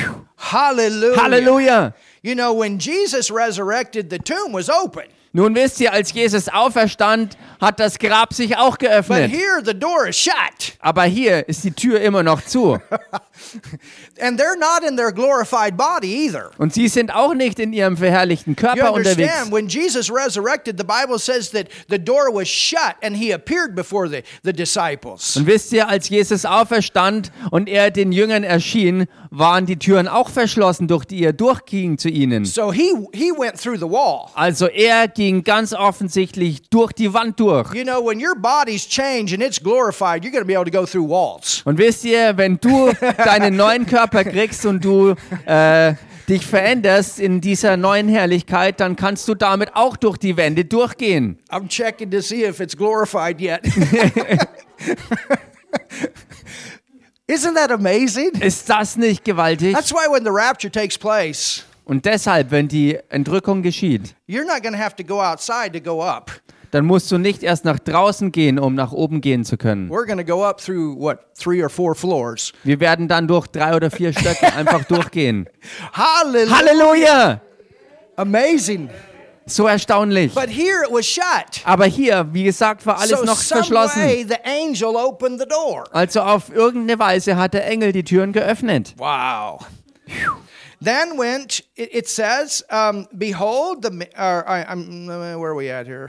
Hallelujah. Halleluja! You know, when Jesus resurrected, the tomb was open. Nun wisst ihr, als Jesus auferstand, hat das Grab sich auch But geöffnet. here the door is shut. Aber hier ist die Tür immer noch zu. And they're not in their glorified body either. Und sie sind auch nicht in ihrem verherrlichten You Körper unterwegs. understand, when Jesus resurrected, the Bible says that the door was shut and he appeared before the disciples. Und wisst ihr, als Jesus auferstand und er den Jüngern erschien, waren die Türen auch verschlossen, durch die er durchging zu ihnen. So he went through the wall. Also er ging ganz offensichtlich durch die Wand durch. You know, when your body's changed and it's glorified, you're going to be able to go through walls. Und wisst ihr, wenn du deinen neuen Körper kriegst und du dich veränderst in dieser neuen Herrlichkeit, dann kannst du damit auch durch die Wände durchgehen. I'm checking to see if it's glorified yet. Isn't that amazing? Ist das nicht gewaltig? That's why when the rapture takes place, Und deshalb, wenn die Entrückung geschieht, you're not going to have to go outside to go up. dann musst du nicht erst nach draußen gehen, um nach oben gehen zu können. We're going to go up through, 3 or 4 floors. Wir werden dann durch 3 oder 4 Stöcke einfach durchgehen. Hallelujah. Halleluja! Amazing. So erstaunlich. But here it was shut. Aber hier, wie gesagt, war alles So noch some verschlossen. way the angel opened the door. Also auf irgendeine Weise hat der Engel die Türen geöffnet. Wow. Then it says, behold, where are we at here?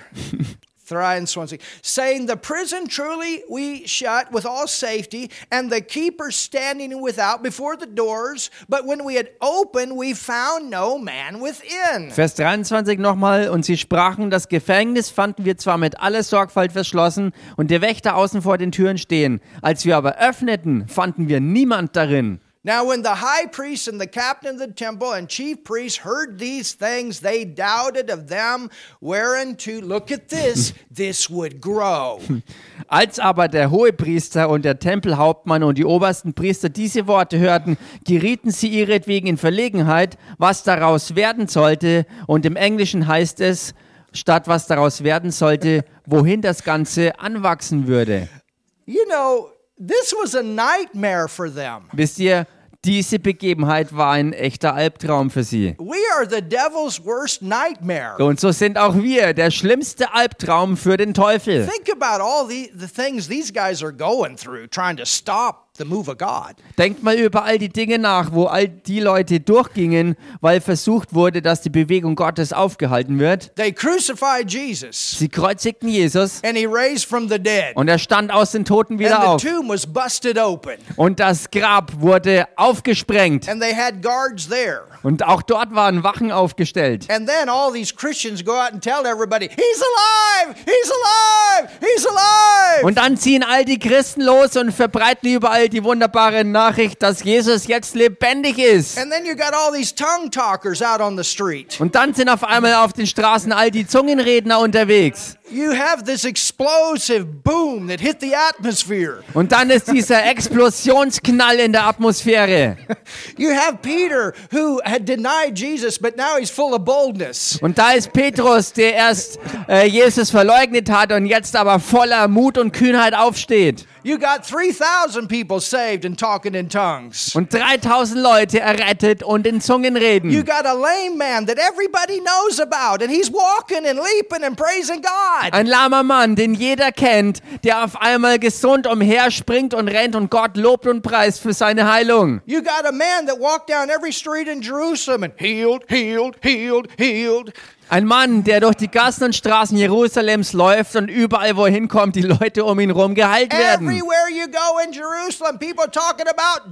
23. Saying, the prison truly we shut with all safety, and the keepers standing without before the doors. But when we had opened, we found no man within. Vers 23 nochmal. Und sie sprachen, das Gefängnis fanden wir zwar mit aller Sorgfalt verschlossen und der Wächter außen vor den Türen stehen. Als wir aber öffneten, fanden wir niemand darin. Now when the high priest and the captain of the temple and chief priests heard these things, they doubted of them whereunto, look at this would grow. Als aber der Hohepriester und der Tempelhauptmann und die obersten Priester diese Worte hörten, gerieten sie ihretwegen in Verlegenheit, was daraus werden sollte. Und im Englischen heißt es, statt was daraus werden sollte, wohin das Ganze anwachsen würde. You know, this was a nightmare for them. Wisst ihr, diese Begebenheit war ein echter Albtraum für sie. We are the devil's worst nightmare. Und so sind auch wir der schlimmste Albtraum für den Teufel. Think about all the things these guys are going through, trying to stop the move of God. Denkt mal über all die Dinge nach, wo all die Leute durchgingen, weil versucht wurde, dass die Bewegung Gottes aufgehalten wird. They crucified Jesus. Sie kreuzigten Jesus And he raised from the dead. und er stand aus den Toten wieder And auf. the tomb was busted open. Und das Grab wurde aufgesprengt. And they had guards there. Und auch dort waren Wachen aufgestellt. And then all these Christians go out and tell everybody, he's alive! He's alive! He's alive! Und dann ziehen all die Christen los und verbreiten überall die wunderbare Nachricht, dass Jesus jetzt lebendig ist. And then you got all these tongue talkers out on the street. Und dann sind auf einmal auf den Straßen all die Zungenredner unterwegs. You have this explosive boom that hit the atmosphere. Und dann ist dieser Explosionsknall in der Atmosphäre. You have Peter who had denied Jesus, but now he's full of boldness. Und da ist Petrus, der erst Jesus verleugnet hat und jetzt aber voller Mut und Kühnheit aufsteht. You got 3,000 people saved and talking in tongues. Und 3000 Leute errettet und in Zungen reden. You got a lame man that everybody knows about, and he's walking and leaping and praising God. Ein lahmer Mann, den jeder kennt, der auf einmal gesund umherspringt und rennt und Gott lobt und preist für seine Heilung. You got a man that walked down every street in Jerusalem and healed, healed, healed, healed. Ein Mann, der durch die Gassen und Straßen Jerusalems läuft und überall, wo er hinkommt, die Leute um ihn herum geheilt werden. Everywhere you go in Jerusalem, people talking about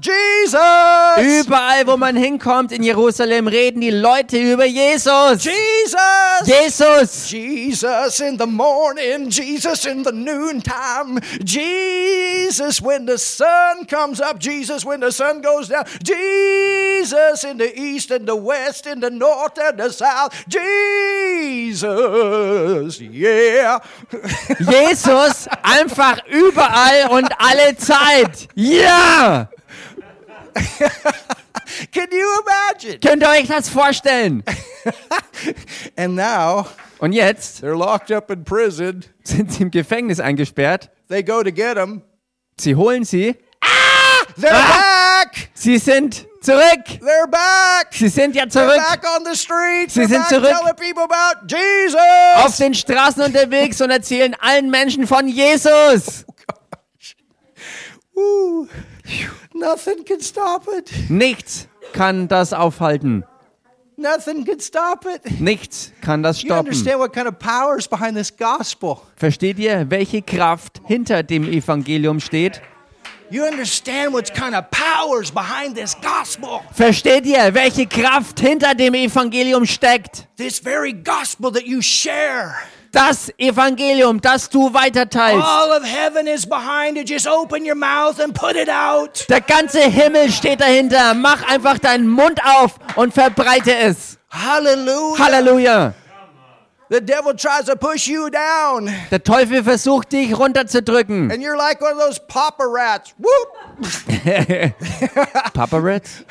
Jesus. Überall, wo man hinkommt in Jerusalem, reden die Leute über Jesus. Jesus. Jesus. Jesus in the morning, Jesus in the noontime, Jesus when the sun comes up, Jesus when the sun goes down, Jesus in the east and the west, in the north and the south, Jesus, yeah. Jesus einfach überall und alle Zeit. Ja! Can you imagine? Könnt ihr euch das vorstellen? And now Und jetzt they're locked up in prison. sind sie im Gefängnis eingesperrt. They go to get him. Sie holen sie. They're back. Sie sind zurück. They're back. Sie sind ja They're zurück. back on the streets. Sie They're sind back zurück. telling people about Auf Jesus. den Straßen unterwegs und erzählen allen Menschen von Jesus. Woo. Nothing can stop it. Nichts kann das aufhalten. Nothing can stop it. Nichts kann das You stoppen. understand what kind of power is behind this gospel? Versteht ihr, welche Kraft hinter dem Evangelium steht? You understand what kind of power is behind this gospel? Versteht ihr, welche Kraft hinter dem Evangelium steckt? This very gospel that you share. Das Evangelium, das du weiterteilst. All of heaven is behind it. Just open your mouth and put it out. Der ganze Himmel steht dahinter. Mach einfach deinen Mund auf und verbreite es. Hallelujah. Halleluja. The devil tries to push you down. Der Teufel versucht, dich runterzudrücken. And you're like one of those Papa Rats. Whoop. Papa Rats?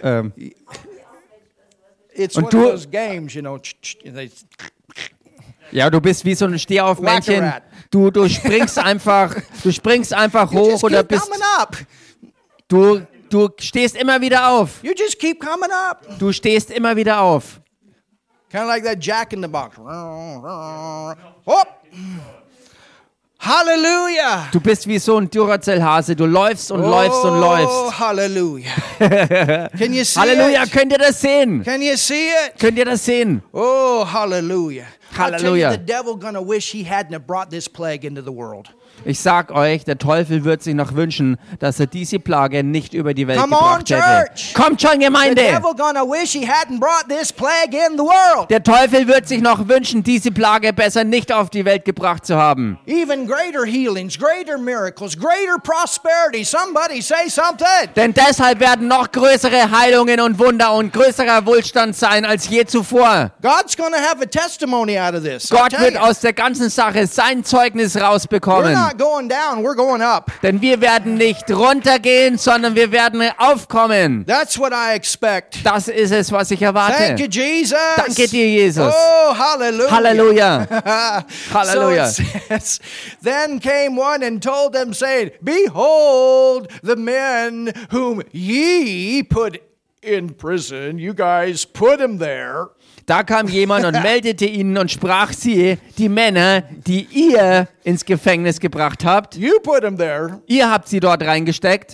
It's Und one du- of those games, you know. They- Ja, du bist wie so ein Stehaufmännchen. Whack-a-rat. Du springst einfach You hoch just oder keep bist coming up. du stehst immer wieder auf. You just keep coming up. Du stehst immer wieder auf. Kind of like that Jack in the Box. Whoop. Hallelujah. Du bist wie so ein Duracell-Hase. Du läufst und läufst und Oh, läufst. hallelujah. Can you see Halleluja, it? könnt ihr das sehen? Can you see it? Könnt ihr das sehen? Oh, hallelujah. I tell you, Hallelujah. the devil gonna wish he hadn't have brought this plague into the world. Ich sag euch, der Teufel wird sich noch wünschen, dass er diese Plage nicht über die Welt Come on, gebracht hätte. church. Kommt schon, The Gemeinde! devil gonna wish he hadn't brought this plague in the world. Der Teufel wird sich noch wünschen, diese Plage besser nicht auf die Welt gebracht zu haben. Even greater healings, greater miracles, greater prosperity. Somebody say something. Denn deshalb werden noch größere Heilungen und Wunder und größerer Wohlstand sein als je zuvor. God's gonna have a testimony out of this. I Gott tell wird you. aus der ganzen Sache sein Zeugnis We're rausbekommen. not going down, we're going up. Denn wir werden nicht runtergehen, sondern wir werden aufkommen. That's what I expect. Das ist es, was ich erwarte. Thank you, Jesus. Danke dir, Jesus. Oh, hallelujah. Halleluja. Halleluja. So it says, then came one and told them, saying, Behold, the men whom ye put in prison, you guys put him there. Da kam jemand und meldete ihnen und sprach, siehe, die Männer, die ihr ins Gefängnis gebracht habt, You put him there. ihr habt sie dort reingesteckt.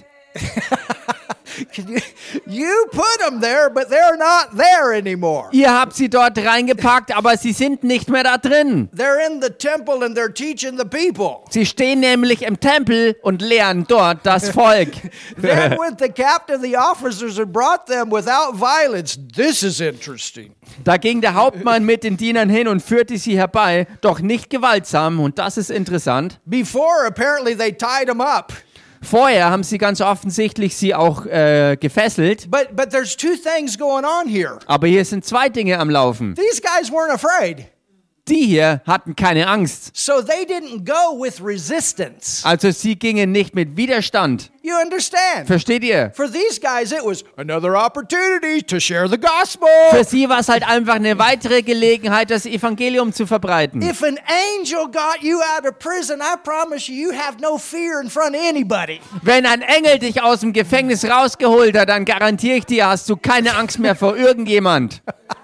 You put them there, but they're not there anymore. Ihr habt sie dort reingepackt, aber sie sind nicht mehr da drin. They're in the temple and they're teaching the people. Sie stehen nämlich im Tempel und lehren dort das Volk. Then went the captain, the officers, and brought them without violence. This is interesting. Da ging der Hauptmann mit den Dienern hin und führte sie herbei, doch nicht gewaltsam. Und das ist interessant. Before, apparently, they tied them up. Vorher haben sie ganz offensichtlich sie auch gefesselt. But there's two things going on here. Aber hier sind zwei Dinge am Laufen. These guys weren't afraid. Die hier hatten keine Angst. So they didn't go with resistance. Also sie gingen nicht mit Widerstand. You understand? Versteht ihr? For these guys, it was another opportunity to share the gospel. Für sie war es halt einfach eine weitere Gelegenheit, das Evangelium zu verbreiten. If an angel got you out of prison, I promise you, you have no fear in front of anybody. Wenn ein Engel dich aus dem Gefängnis rausgeholt hat, dann garantiere ich dir, hast du keine Angst mehr vor irgendjemand.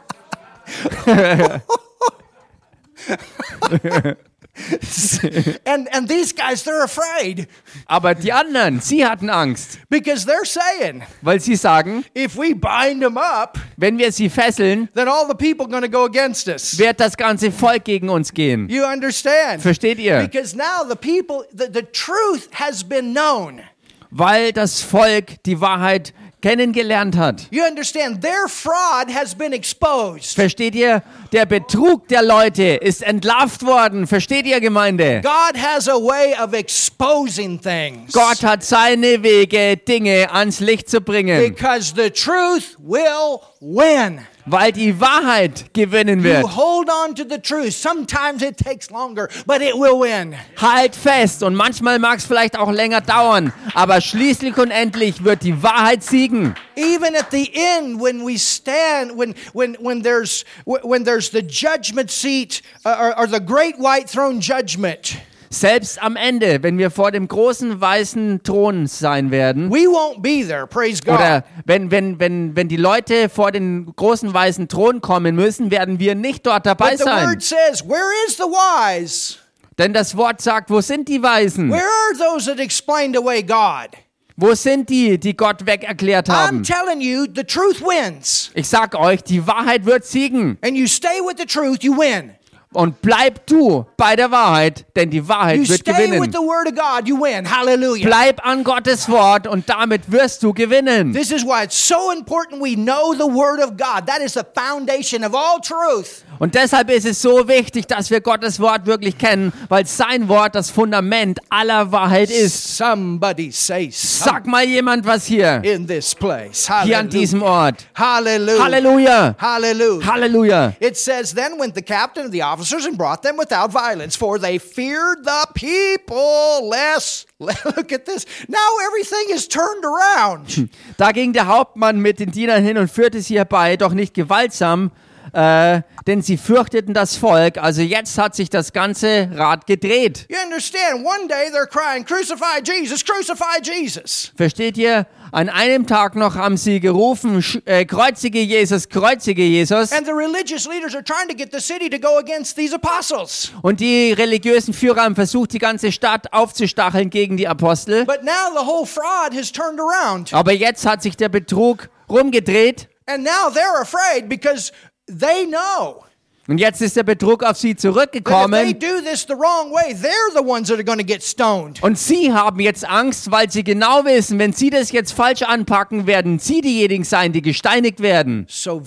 And these guys, they're afraid Aber die anderen, sie hatten Angst, because they're saying, weil sie sagen, if we bind them up, wenn wir sie fesseln, then all the people going to go against us. wird das ganze Volk gegen uns gehen. You understand? Versteht ihr? Because now the people, the truth has been known. Weil das Volk die Wahrheit kennengelernt hat. You understand? Their fraud has been exposed. Versteht ihr? Der Betrug der Leute ist entlarvt worden. Versteht ihr, Gemeinde? God has a way of exposing things. Gott hat seine Wege, Dinge ans Licht zu bringen, Because the truth will win. weil die Wahrheit gewinnen You wird. hold on to the truth. Sometimes it takes longer, but it will win. Halt fest und manchmal mag es vielleicht auch länger dauern, aber schließlich und endlich wird die Wahrheit siegen. Even at the end, when we stand, when there's the judgment seat or the great white throne judgment, Selbst am Ende, wenn wir vor dem großen weißen Thron sein werden, we won't be there. Praise God. oder wenn die Leute vor den großen weißen Thron kommen müssen, werden wir nicht dort dabei But the sein. word says, "Where is the wise? Denn das Wort sagt, wo sind die Weisen? Where are those that explained away God?" Wo sind die, die Gott weg erklärt I'm haben? telling you, the truth wins, Ich sag euch, die Wahrheit wird siegen. and you stay with the truth, you win. Und bleib du bei der Wahrheit, denn die Wahrheit You wird stay with gewinnen. the word of God, you win. Hallelujah. Bleib an Gottes Wort und damit wirst du gewinnen. This is why it's so important we know the word of God. That is the foundation of all truth. Und deshalb ist es so wichtig, dass wir Gottes Wort wirklich kennen, weil sein Wort das Fundament aller Wahrheit ist. Somebody say Sag mal jemand was hier, in this place. hier an Hallelujah. diesem Ort. Hallelujah. Halleluja, Hallelujah. Halleluja. It says, then went the captain of the officers and brought them without violence, for they feared the people lest. Look at this. Now everything is turned around. Da ging der Hauptmann mit den Dienern hin und führte sie herbei, doch nicht gewaltsam, denn sie fürchteten das Volk. Also jetzt hat sich das ganze Rad gedreht. You understand? One day they're crying, crucify Jesus, crucify Jesus. Versteht ihr? An einem Tag noch haben sie gerufen, kreuzige Jesus, kreuzige Jesus. And the religious leaders are trying to get the city to go against these apostles. Und die religiösen Führer haben versucht, die ganze Stadt aufzustacheln gegen die Apostel. But now the whole fraud has turned around. Aber jetzt hat sich der Betrug rumgedreht. And now they're afraid because they know Und jetzt ist der Betrug auf sie that if they zurückgekommen. do this the wrong way, they're the ones that are going to get stoned. Und sie haben jetzt Angst, weil sie genau wissen, wenn sie das jetzt falsch anpacken, werden sie diejenigen sein, die gesteinigt werden. So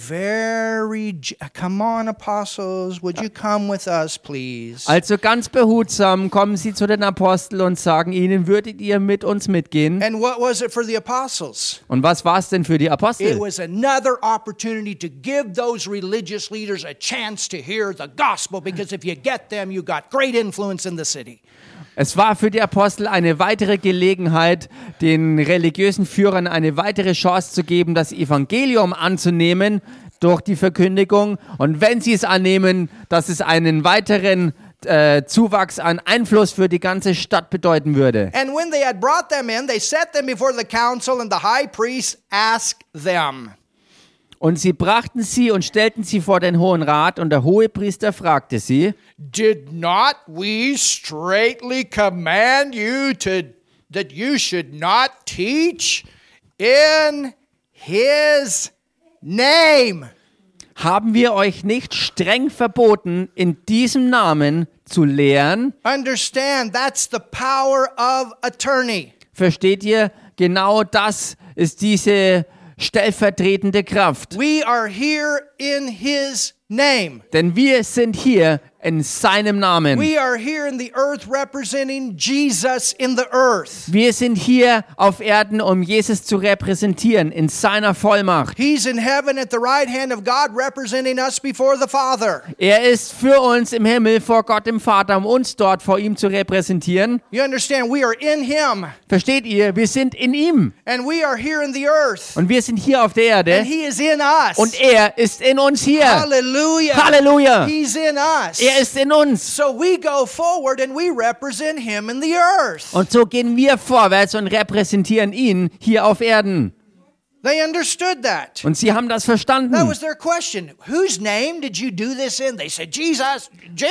come on, apostles, would you come with us, please? Also ganz behutsam kommen sie zu den Aposteln und sagen ihnen, würdet ihr mit uns mitgehen? And what was it for the apostles? Und was war es denn für die It Apostel? was another opportunity to give those religious leaders a chance to hear the gospel, because if you get them, you got great influence in the city. Es war für die Apostel eine weitere Gelegenheit, den religiösen Führern eine weitere Chance zu geben, das Evangelium anzunehmen durch die Verkündigung. Und wenn sie es annehmen, dass es einen weiteren Zuwachs an Einfluss für die ganze Stadt bedeuten würde. And when they had brought them in, they set them before the council, and the high priest asked them. Und sie brachten sie und stellten sie vor den Hohen Rat, und der Hohepriester fragte sie, Did not we straitly command you that you should not teach in his name? haben wir euch nicht streng verboten, in diesem Namen zu lehren? Understand, that's the power of attorney. Versteht ihr? Genau das ist diese stellvertretende Kraft. We are here in his name. Denn wir sind hier in seinem Namen. We are here in the earth representing Jesus in the earth. Wir sind hier auf Erden, um Jesus zu repräsentieren in seiner Vollmacht. He's in heaven at the right hand of God representing us before the Father. Er ist für uns im Himmel vor Gott dem Vater, um uns dort vor ihm zu repräsentieren. You understand, we are in him Versteht ihr? Wir sind in ihm and we are here in the earth und wir sind hier auf der and Erde he is in us. und er ist in uns hier. Hallelujah. Halleluja! He's in us. Er ist in uns. So we go forward and we represent him in the earth. Und so gehen wir vorwärts und repräsentieren ihn hier auf Erden. They understood that. Und sie haben das verstanden. That was their question. Whose name did you do this in? They said, Jesus,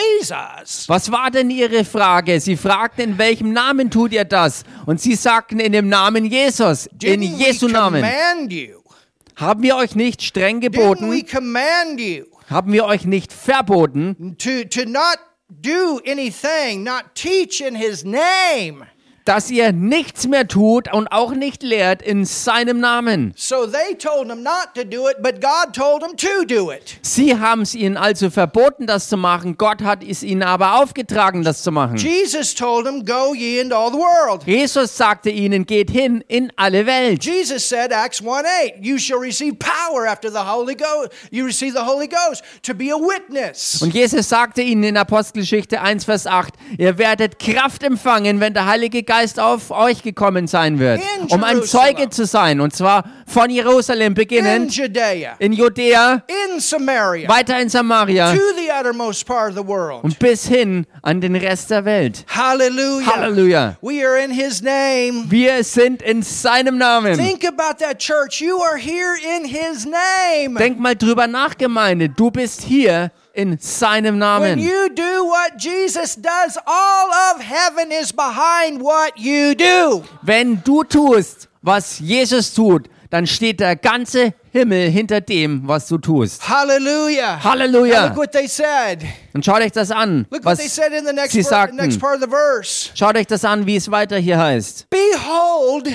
Jesus. Was war denn ihre Frage? Sie fragten, in welchem Namen tut ihr das? Und sie sagten, in dem Namen Jesus, in Didn't Jesu we Namen. command you? Haben wir euch nicht streng Didn't we geboten? command you Haben wir euch nicht verboten, to not do anything, not teach in his name? dass ihr nichts mehr tut und auch nicht lehrt in seinem Namen? So they told him not to do it, but God told him to do it. Sie haben es ihnen also verboten, das zu machen. Gott hat es ihnen aber aufgetragen, das zu machen. Jesus told him, go ye into all the world. Jesus sagte ihnen, geht hin in alle Welt. Jesus said, Acts 1:8, you shall receive power after the Holy Ghost. You receive the Holy Ghost to be a witness. Und Jesus sagte ihnen in Apostelgeschichte 1, Vers 8, ihr werdet Kraft empfangen, wenn der Heilige Geist auf euch gekommen sein wird, In um ein Jerusalem. Zeuge zu sein. Und zwar von Jerusalem In beginnend, Judea, in Judäa, in Samaria, weiter in Samaria to the uttermost part of the world. und bis hin an den Rest der Welt. Hallelujah. Halleluja. We are in his name. Wir sind in seinem Namen. Think about that, church. You are here in his name. Denk mal drüber nach, Gemeinde. Du bist hier in seinem When Namen. you do what Jesus does, all of heaven is behind what you do. Wenn du tust, was Jesus tut, dann steht der ganze Himmel hinter dem, was du tust. Hallelujah. Now Halleluja. look what they said. Und schaut euch das an, Look what they was said in the next, sie next sagten. part of the verse. Schaut euch das an, wie es weiter hier heißt. Behold,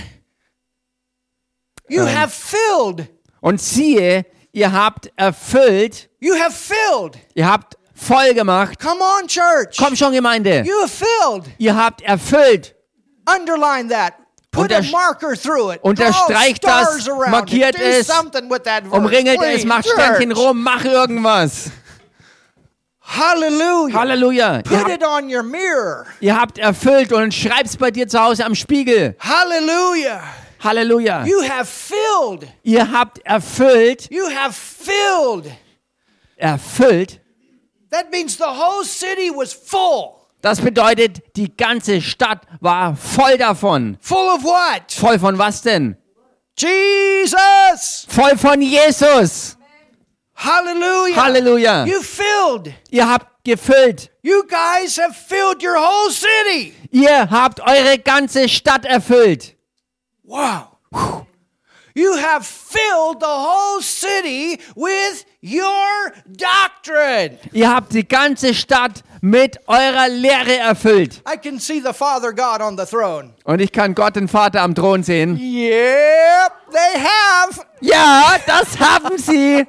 you have filled. Und siehe, ihr habt erfüllt, You have filled. ihr habt voll gemacht. Come on, church. Komm schon, Gemeinde. You have filled. Ihr habt erfüllt. Underline that. Put a marker through it. Unterstreicht Draw das, stars around markiert it. Do es, something with that verse, umringelt es, please, macht church. Sternchen rum, mach irgendwas. Hallelujah. Halleluja. Put it on your mirror. Ihr habt erfüllt und schreib's bei dir zu Hause am Spiegel. Hallelujah. Halleluja. You have filled. Ihr habt erfüllt. You have filled erfüllt, that means the whole city was full. das bedeutet, die ganze Stadt war voll davon. Full of what? Voll von was denn? Jesus! Voll von Jesus. Hallelujah! Halleluja. You filled. Ihr habt gefüllt. You guys have filled your whole city. Ihr habt eure ganze Stadt erfüllt. Wow. You have filled the whole city with your doctrine. Ihr habt die ganze Stadt mit eurer Lehre erfüllt. I can see the Father God on the throne. Und ich kann Gott den Vater am Thron sehen. Yep, they have. Ja, das haben sie.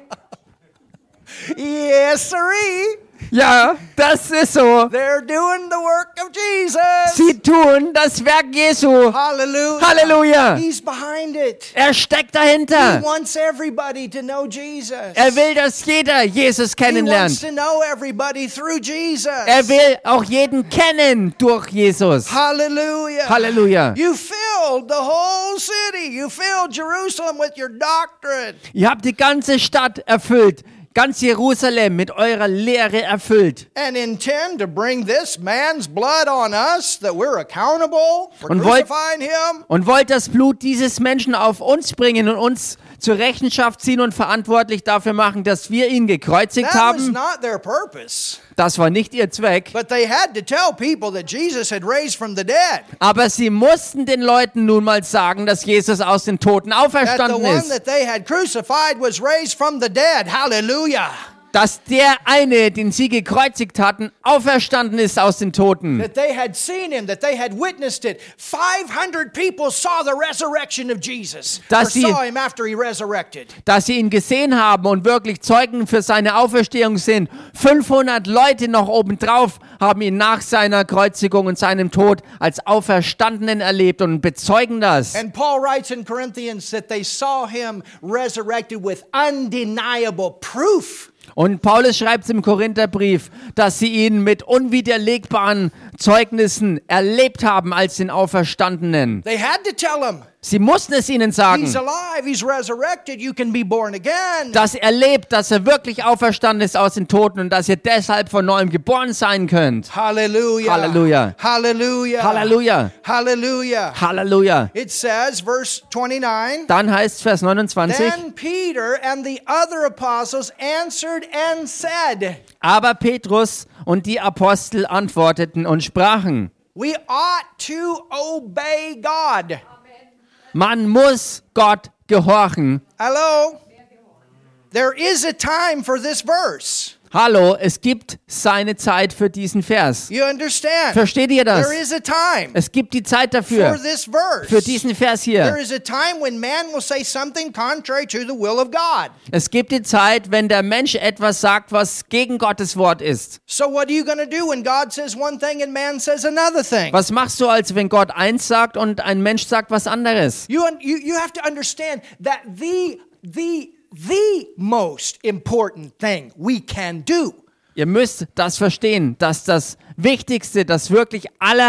Yes, sirree. Ja, das ist so. They're doing the work of Jesus. Sie tun das Werk Jesu. Hallelujah. Halleluja. He's behind it. Er steckt He dahinter. wants everybody to know Jesus. Er will, dass jeder Jesus He wants kennenlernt. to know everybody through Jesus. Er will auch jeden kennen durch Jesus. Hallelujah. Halleluja. You filled the whole city. You filled Jerusalem with your doctrine. Ihr habt die ganze Stadt erfüllt. Ganz Jerusalem mit eurer Lehre erfüllt. And intend to bring this man's blood on us that we're accountable for Und wollt- crucifying him. Und wollt das Blut dieses Menschen auf uns bringen und uns zur Rechenschaft ziehen und verantwortlich dafür machen, dass wir ihn gekreuzigt That was haben. not their purpose. Das war nicht ihr Zweck. But they had to tell people that Jesus had raised from the dead. Aber sie mussten den Leuten nun mal sagen, dass Jesus aus den Toten That the auferstanden one ist. that they had crucified was raised from the dead. Hallelujah. Dass der eine, den sie gekreuzigt hatten, auferstanden ist aus den Toten. That they had seen him, that they had witnessed it. 500 people saw the resurrection of Jesus. Or Dass sie- saw him after he resurrected. Dass sie ihn gesehen haben und wirklich Zeugen für seine Auferstehung sind. 500 Leute noch obendrauf haben ihn nach seiner Kreuzigung und seinem Tod als Auferstandenen erlebt und bezeugen das. And Paul writes in Corinthians that they saw him resurrected with undeniable proof. Und Paulus schreibt im Korintherbrief, dass sie ihn mit unwiderlegbaren Zeugnissen erlebt haben als den Auferstandenen. They had to tell him, Sie mussten es ihnen he's sagen, alive, he's resurrected, you can be born again. dass er lebt, dass er wirklich auferstanden ist aus den Toten und dass ihr deshalb von neuem geboren sein könnt. Hallelujah. Hallelujah. Hallelujah. Halleluja. Hallelujah. Halleluja. It says, verse 29, Dann heißt Vers 29, then Peter and the other apostles answered and said, aber Petrus und die Apostel antworteten und sprachen, we ought to obey God. man muss Gott gehorchen. Hello? There is a time for this verse. Hallo, es gibt seine Zeit für diesen Vers. You understand? Versteht ihr das? There is a time Es gibt die Zeit for dafür, this verse. für diesen Vers There hier. is a time when man will say something contrary to the will of God. Es gibt die Zeit, wenn der Mensch etwas sagt, was gegen Gottes Wort ist. So what are you going to do when God says one thing and man says another thing? Was machst du, als wenn Gott eins sagt und ein Mensch sagt was anderes? You have to understand that the most important thing we can do Ihr müsst das verstehen, dass das Wichtigste, das wirklich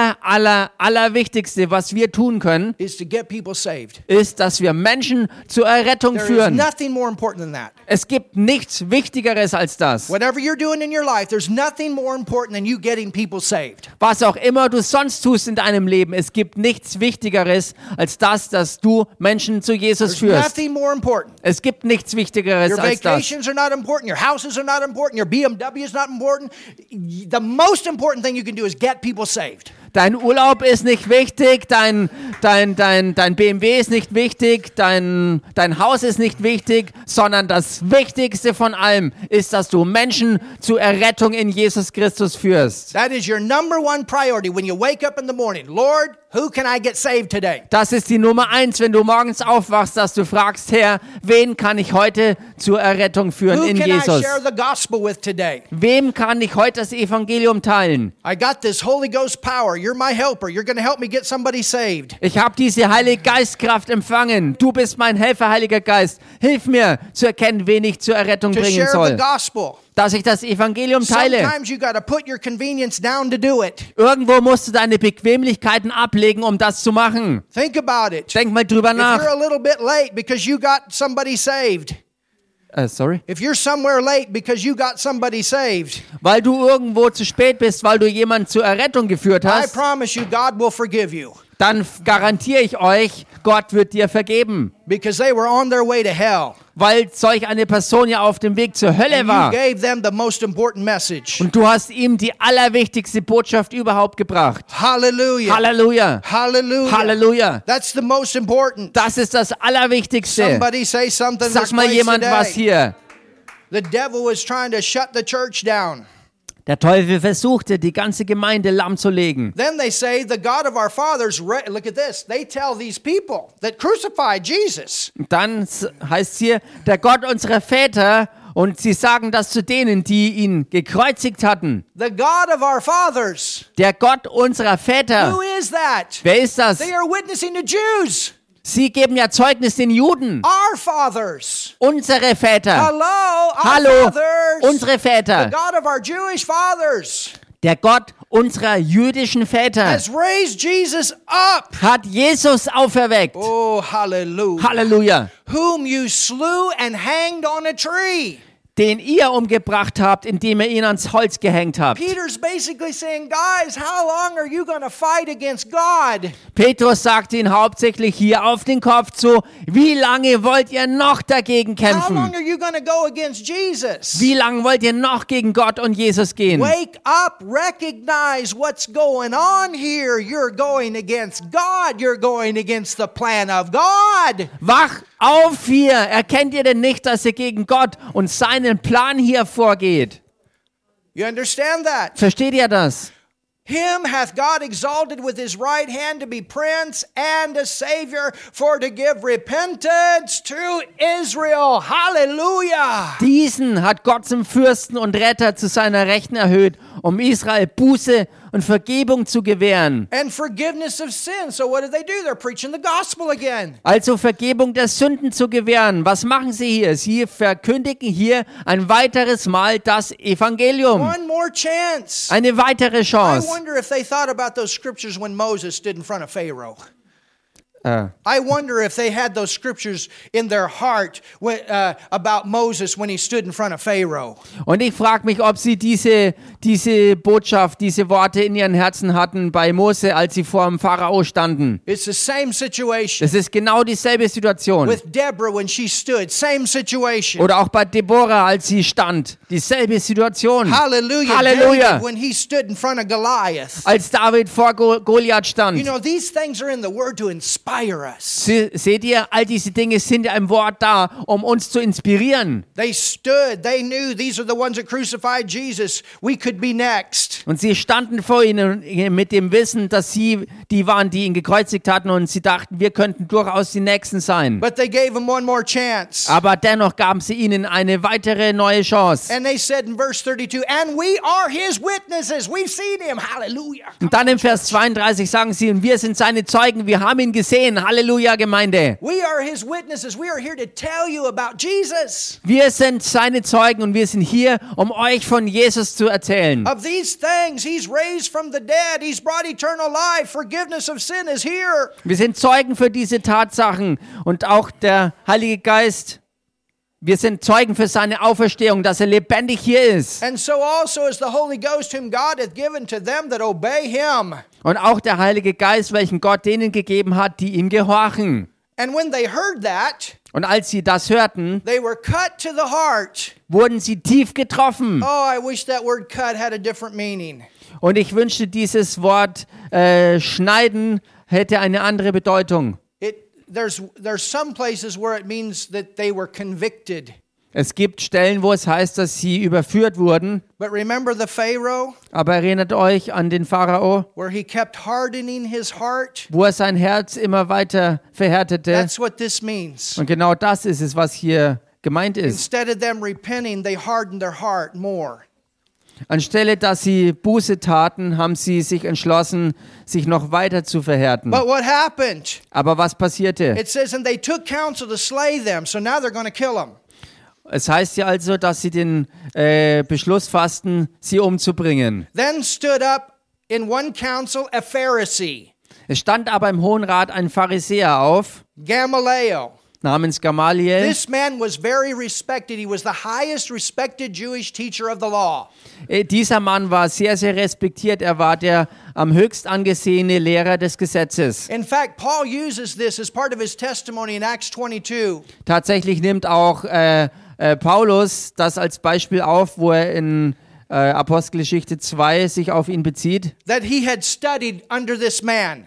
allerwichtigste, was wir tun können, is to get people saved. ist, dass wir Menschen zur Errettung There is führen. nothing more important than that. Es gibt nichts Wichtigeres als das. Whatever you're doing in your life, there's nothing more important than you getting people saved. Was auch immer du sonst tust in deinem Leben, es gibt nichts Wichtigeres als das, dass du Menschen zu Jesus There's führst. nothing more important. Es gibt nichts Wichtigeres Your als das. vacations are not important. Your houses are not important. Your BMW is not important. The most important thing you can do is get people saved. Dein Urlaub ist nicht wichtig, dein BMW ist nicht wichtig, dein Haus ist nicht wichtig, sondern das Wichtigste von allem ist, dass du Menschen zur Errettung in Jesus Christus führst. That is your number one priority when you wake up in the morning. Lord, who can I get saved today? Das ist die Nummer 1, wenn du morgens aufwachst, dass du fragst, Herr, wen kann ich heute zur Errettung führen Who in can I Jesus? share the gospel with today? Wem kann ich heute das Evangelium teilen? I got this Holy Ghost power. You're my helper. You're going to help me get somebody saved. Ich habe diese Heilige Geistkraft empfangen. Du bist mein Helfer, Heiliger Geist. Hilf mir zu erkennen, wen ich zur Errettung To bringen share the soll. gospel. Dass ich das Evangelium teile. Sometimes you got to put your convenience down to do it. Irgendwo musst du deine Bequemlichkeiten ablegen, um das zu machen. Think about it. Denk mal drüber If nach. you're a little bit late because you got somebody saved, Sorry. If you're somewhere late because you got somebody saved, Weil du irgendwo zu spät bist, weil du jemanden zur Errettung geführt I hast, promise you God will forgive you dann garantiere ich euch, Gott wird dir vergeben. because they were on their way to hell. Weil solch eine Person ja auf dem Weg zur Hölle And you war. gave them the most important message. Und du hast ihm die allerwichtigste Botschaft überhaupt gebracht. Hallelujah. Halleluja. Hallelujah. Halleluja. That's the most important. Das ist das Allerwichtigste. Somebody say something in Sag this mal place jemand was today. hier. The devil was trying to shut the church down. Der Teufel versuchte, die ganze Gemeinde lahmzulegen. Then they say the God of our fathers, look at this. They tell these people that crucified Jesus. Und dann heißt es hier, der Gott unserer Väter, und sie sagen das zu denen, die ihn gekreuzigt hatten. The God of our fathers. Der Gott unserer Väter. Who is that? Wer ist das? They are witnessing to Jews. Sie geben ja Zeugnis den Juden. Our fathers. Unsere Väter. Hello, our Hallo, fathers. unsere The Väter. God of our Jewish fathers Der Gott unserer jüdischen Väter has raised Jesus up. hat Jesus auferweckt. Oh, hallelujah. Halleluja. Whom you slew and hanged on a tree. Den ihr umgebracht habt, indem ihr ihn ans Holz gehängt habt. Peter's basically saying, guys, how long are you going to fight against God? Petrus sagt ihn hauptsächlich hier auf den Kopf zu, wie lange wollt ihr noch dagegen How long kämpfen? are you going to go against Jesus? Wie lange wollt ihr noch gegen Gott und Jesus gehen? Wake up, recognize what's going on here. You're going against God. You're going against the plan of God. Wach auf hier! Erkennt ihr denn nicht, dass ihr gegen Gott und seinen Plan hier vorgeht? You understand that? Versteht ihr das? Him hath God exalted with his right hand to be prince and a savior, for to give repentance to Israel. Hallelujah. Diesen hat Gott zum Fürsten und Retter zu seiner Rechten erhöht, um Israel Buße und Vergebung zu gewähren. And forgiveness of sin. So what do? They're preaching the gospel again. Also Vergebung der Sünden zu gewähren. Was machen sie hier? Sie verkündigen hier ein weiteres Mal das Evangelium. One more chance. Eine weitere I Chance. wonder if they thought about those scriptures when Moses stood in front of Pharaoh. I wonder if they had those scriptures in their heart about Moses when he stood in front of Pharaoh. Und ich frage mich, ob sie diese Botschaft, diese Worte in ihren Herzen hatten bei Mose, als sie vor dem Pharao standen. It's the same situation. Es ist genau dieselbe Situation. With Deborah when she stood, same situation. Oder auch bei Deborah, als sie stand. Dieselbe Situation. Hallelujah. Halleluja. David when he stood in front of Goliath. Als David vor Goliath stand. You know, these things are in the word to inspire us. Seht ihr, all diese Dinge sind ja im Wort da, um uns zu inspirieren. They stood, they knew these are the ones that crucified Jesus. We could be next. Und sie standen vor ihnen mit dem Wissen, dass sie die waren, die ihn gekreuzigt hatten, und sie dachten, wir könnten durchaus die Nächsten sein. But they gave him one more chance. Aber dennoch gaben sie ihnen eine weitere neue Chance. And they said in verse 32, and we are his witnesses. We've seen him. Hallelujah. Und dann im Vers 32 sagen sie, und wir sind seine Zeugen, wir haben ihn gesehen. Halleluja, Gemeinde. We are his witnesses. We are here to tell you about Jesus. Wir sind seine Zeugen und wir sind hier, um euch von Jesus zu erzählen. Of these things, he's raised from the dead. He's brought eternal life. Forgiveness of sin is here. Wir sind Zeugen für diese Tatsachen, und auch der Heilige Geist. Wir sind Zeugen für seine Auferstehung, dass er lebendig hier ist. And so also is the Holy Ghost, whom God hath given to them that obey him. Und auch der Heilige Geist, welchen Gott denen gegeben hat, die ihm gehorchen. And when they heard that, Und als sie das hörten, they were cut to the heart. wurden sie tief getroffen. Oh, I wish that word cut had a different meaning. Und ich wünschte, dieses Wort schneiden hätte eine andere Bedeutung. There's some places where it means that they were convicted. Es gibt Stellen, wo es heißt, dass sie überführt wurden. But remember the Pharaoh, Aber erinnert euch an den Pharao, where he kept hardening his heart? wo er sein Herz immer weiter verhärtete. That's what this means. Und genau das ist es, was hier gemeint ist. Instead of them repenting, they hardened their heart more. Anstelle, dass sie Buße taten, haben sie sich entschlossen, sich noch weiter zu verhärten. But what happened? Aber was passierte? It says, and they took counsel to slay them, so now they're going to kill them. Es heißt ja also, dass sie den Beschluss fassten, sie umzubringen. Then stood up in one council a Pharisee, Es stand aber im Hohen Rat ein Pharisäer auf, Gamaliel, namens Gamaliel. This man was very respected. He was the highest respected Jewish teacher of the law. Dieser Mann war sehr, sehr respektiert. Er war der am höchst angesehene Lehrer des Gesetzes. In fact, Paul uses this as part of his testimony in Acts 22. Tatsächlich nimmt auch Paulus das als Beispiel auf, wo er in Apostelgeschichte 2 sich auf ihn bezieht. That he had studied under this man.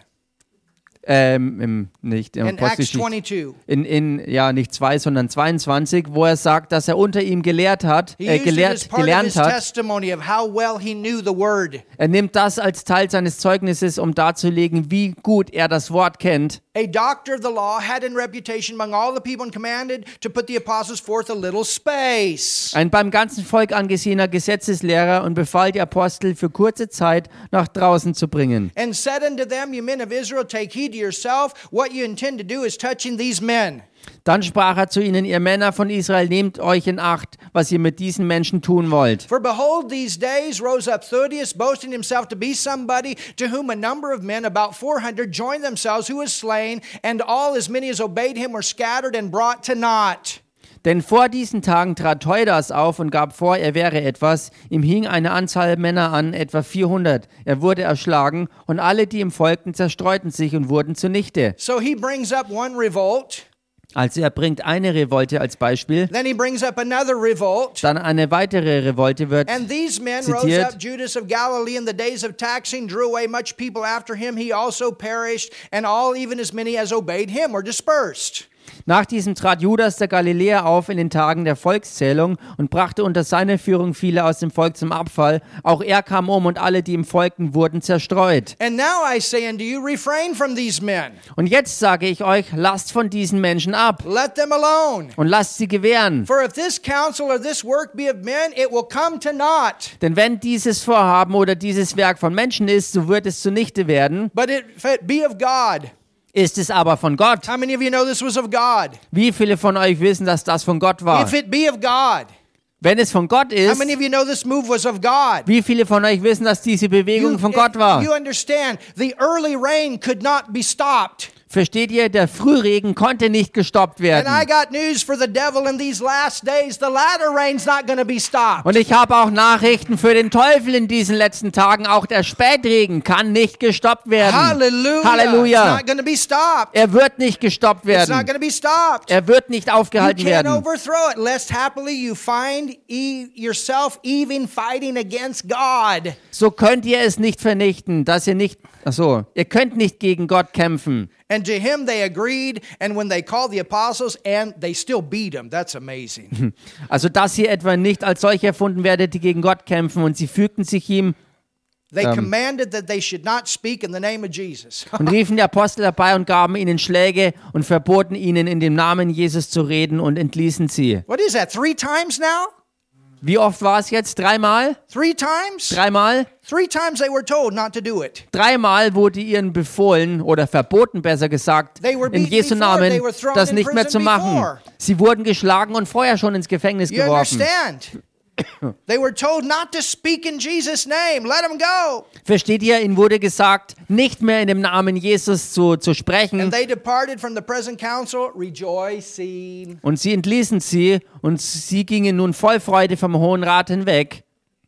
Nicht in In Acts Apostelgeschichte. 22. Nicht 2, sondern 22, wo er sagt, dass er unter ihm gelernt hat. He used it as part of Gelernt his hat. testimony of how well he knew the word. Er nimmt das als Teil seines Zeugnisses, um darzulegen, wie gut er das Wort kennt. A doctor of the law had in reputation among all the people and commanded to put the apostles forth a little space. Ein beim ganzen Volk angesehener Gesetzeslehrer und befahl die Apostel für kurze Zeit nach draußen zu bringen. And said unto them, you men of Israel, take heed to yourself. What you intend to do is touching these men. Dann sprach er zu ihnen, ihr Männer von Israel, nehmt euch in Acht, was ihr mit diesen Menschen tun wollt. For behold, these days rose up Theudius, boasting himself to be somebody, to whom a number of men, about 400, joined themselves, who was slain, and all as many as obeyed him were scattered and brought to naught. Denn vor diesen Tagen trat Theudas auf und gab vor, er wäre etwas. Ihm hing eine Anzahl Männer an, etwa 400. Er wurde erschlagen und alle, die ihm folgten, zerstreuten sich und wurden zunichte. So he brings up one revolt, Also er bringt eine Revolte als Beispiel, then he brings up another revolt. dann eine weitere Revolte wird And these men rose zitiert. up, Judas of Galilee, in the days of taxing, drew away much people after him. He also perished, and all, even as many as obeyed him, were dispersed. Nach diesem trat Judas der Galiläer auf in den Tagen der Volkszählung und brachte unter seiner Führung viele aus dem Volk zum Abfall. Auch er kam um und alle, die ihm folgten, wurden zerstreut. And now I say unto you, refrain from these men. Und jetzt sage ich euch, lasst von diesen Menschen ab Let them alone. und lasst sie gewähren. For if this counsel or this work be of men, it will come to naught. Denn wenn dieses Vorhaben oder dieses Werk von Menschen ist, so wird es zunichte werden. But if it be of God. Ist es aber von Gott? How many of you know this was of God? Wie viele von euch wissen, dass das von Gott war? If it be of God. Wenn es von Gott How ist, many of you know this move was of God? wie viele von euch wissen, dass diese Bewegung von Gott war? You understand, the early rain could not be stopped. Versteht ihr, der Frühregen konnte nicht gestoppt And I werden. got news for the devil in these last days. The latter rain's not going to be stopped. Und ich habe auch Nachrichten für den Teufel in diesen letzten Tagen. Auch der Spätregen kann nicht gestoppt werden. Hallelujah. Halleluja. It's not going to be stopped. Er wird nicht gestoppt It's not werden. going to be stopped. Er wird nicht You aufgehalten can't werden. overthrow it, lest happily you find yourself even fighting against God. So könnt ihr es nicht vernichten, dass ihr nicht, ihr könnt nicht gegen Gott kämpfen. And to him they agreed, and when they called the apostles, and they still beat them. That's amazing. Also, dass ihr etwa nicht als solche erfunden werdet, die gegen Gott kämpfen, und sie fügten sich ihm They commanded that they should not speak in the name of Jesus. und riefen die Apostel herbei und gaben ihnen Schläge und verboten ihnen, in dem Namen Jesus zu reden, und entließen sie. What is that, 3 times now? Wie oft war es jetzt? 3-mal? 3 times? 3-mal? 3 times they were told not to do it. 3-mal wurde ihnen befohlen oder verboten, besser gesagt, They were in beaten Jesu before, Namen, they were thrown das in nicht mehr zu prison machen. before. Sie wurden geschlagen und vorher schon ins Gefängnis You geworfen. understand? They were told not to speak in Jesus' name. Let them go. Versteht ihr? Ihnen wurde gesagt, nicht mehr in dem Namen Jesus zu sprechen. And they departed from the present council, rejoicing. Und sie entließen sie und sie gingen nun voll Freude vom Hohen Rat hinweg.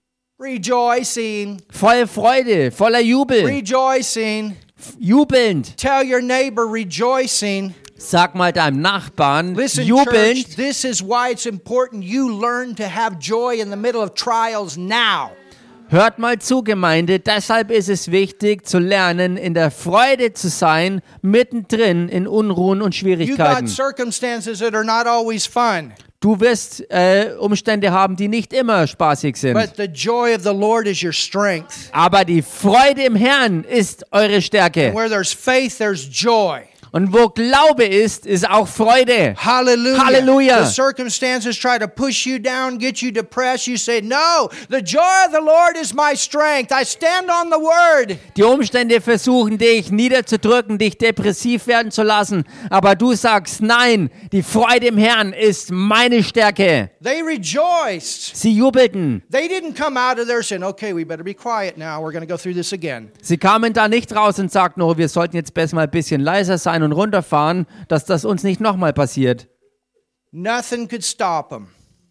Rejoicing. Voll Freude, voller Jubel, Rejoicing. jubelnd. Tell your neighbor, rejoicing. Sag mal deinem Nachbarn, Listen, jubelnd. church, this is why it's important you learn to have joy in the middle of trials now. Hört mal zu, Gemeinde, deshalb ist es wichtig zu lernen, in der Freude zu sein, mittendrin in Unruhen und You Schwierigkeiten. got circumstances that are not always fun, Du wirst Umstände haben, die nicht immer spaßig sind. but the joy of the Lord is your strength. Aber die Freude im Herrn ist eure Stärke. Where there's faith, there's joy. Und wo Glaube ist auch Freude. Hallelujah. Hallelujah. The circumstances try to push you down, get you depressed. You say, no, the joy of the Lord is my strength. I stand on the word. Die Umstände versuchen, dich niederzudrücken, dich depressiv werden zu lassen. Aber du sagst, nein, die Freude im Herrn ist meine Stärke. They rejoiced. Sie jubelten. They didn't come out of there saying, okay, we better be quiet now. We're going to go through this again. Sie kamen da nicht raus und sagten, oh, wir sollten jetzt besser mal ein bisschen leiser sein und runterfahren, dass das uns nicht nochmal passiert. Nothing could stop them.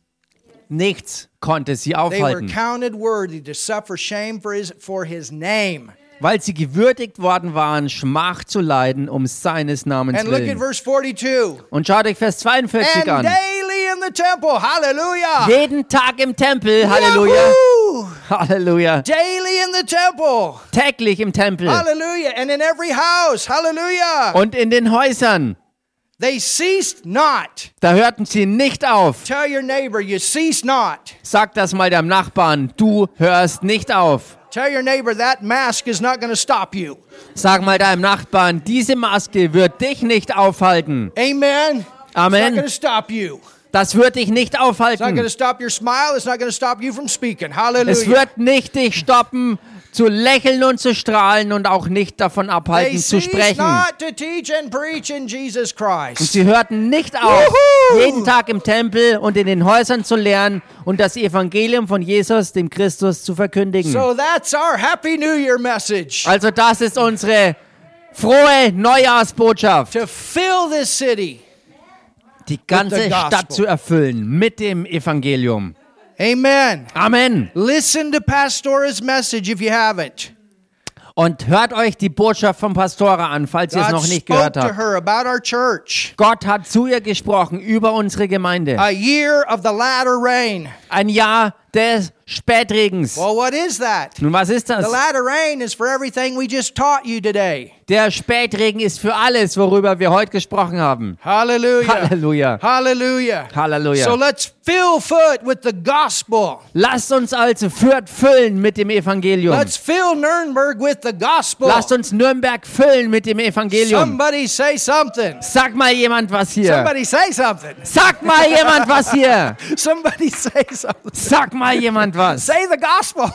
Nichts konnte sie They were aufhalten, counted worthy to suffer shame for his name. weil sie gewürdigt worden waren, Schmach zu leiden um seines Namens And look at willen. verse 42. Und schaut euch Vers 42 And an. daily in the temple. Hallelujah. Jeden Tag im Tempel, Halleluja, Yahoo! Halleluja. Daily in the temple. Täglich im Tempel Hallelujah. And in every house. Hallelujah. und in den Häusern. They ceased not. Da hörten sie nicht auf. Tell your neighbor, you cease not. Sag das mal deinem Nachbarn, du hörst nicht auf. Tell your neighbor that mask is not going to stop you. Sag mal deinem Nachbarn, diese Maske wird dich nicht aufhalten. Amen. It's not Amen. going to stop you. Das wird dich nicht It's not going aufhalten. to stop your smile. It's not going to stop you from speaking. Es Hallelujah. wird nicht dich stoppen, zu lächeln und zu strahlen und auch nicht davon They abhalten, zu cease sprechen. not to teach and preach in Jesus Und Christ. sie hörten nicht auf, Juhu! jeden Tag im Tempel und in den Häusern zu lernen und das Evangelium von Jesus, dem Christus, zu verkündigen. So that's our Happy New Year message. Also das ist unsere frohe Neujahrsbotschaft, To fill this city. die ganze gospel. Stadt zu erfüllen mit dem Evangelium. Amen. Amen. Listen to Pastora's message if you haven't. Und hört euch die Botschaft vom Pastora an, falls ihr es God noch nicht spoke gehört to habt. her about our church. Gott hat zu ihr gesprochen über unsere Gemeinde. A year of the latter rain. Ein Jahr des Spätregens. Well, what is that? Nun, was ist The das? latter rain is for everything we just taught you today. Der Spätregen ist für alles, worüber wir heute gesprochen haben. Hallelujah. Halleluja. Hallelujah. Halleluja. So let's fill foot with the gospel. Lasst uns also Fürth füllen mit dem Evangelium. Let's fill Nuremberg with the gospel. Lasst uns Nürnberg füllen mit dem Evangelium. Somebody say something. Sag mal jemand was hier. Somebody say something. Sag mal jemand was hier. Somebody say something. Sag mal jemand was. Say the gospel.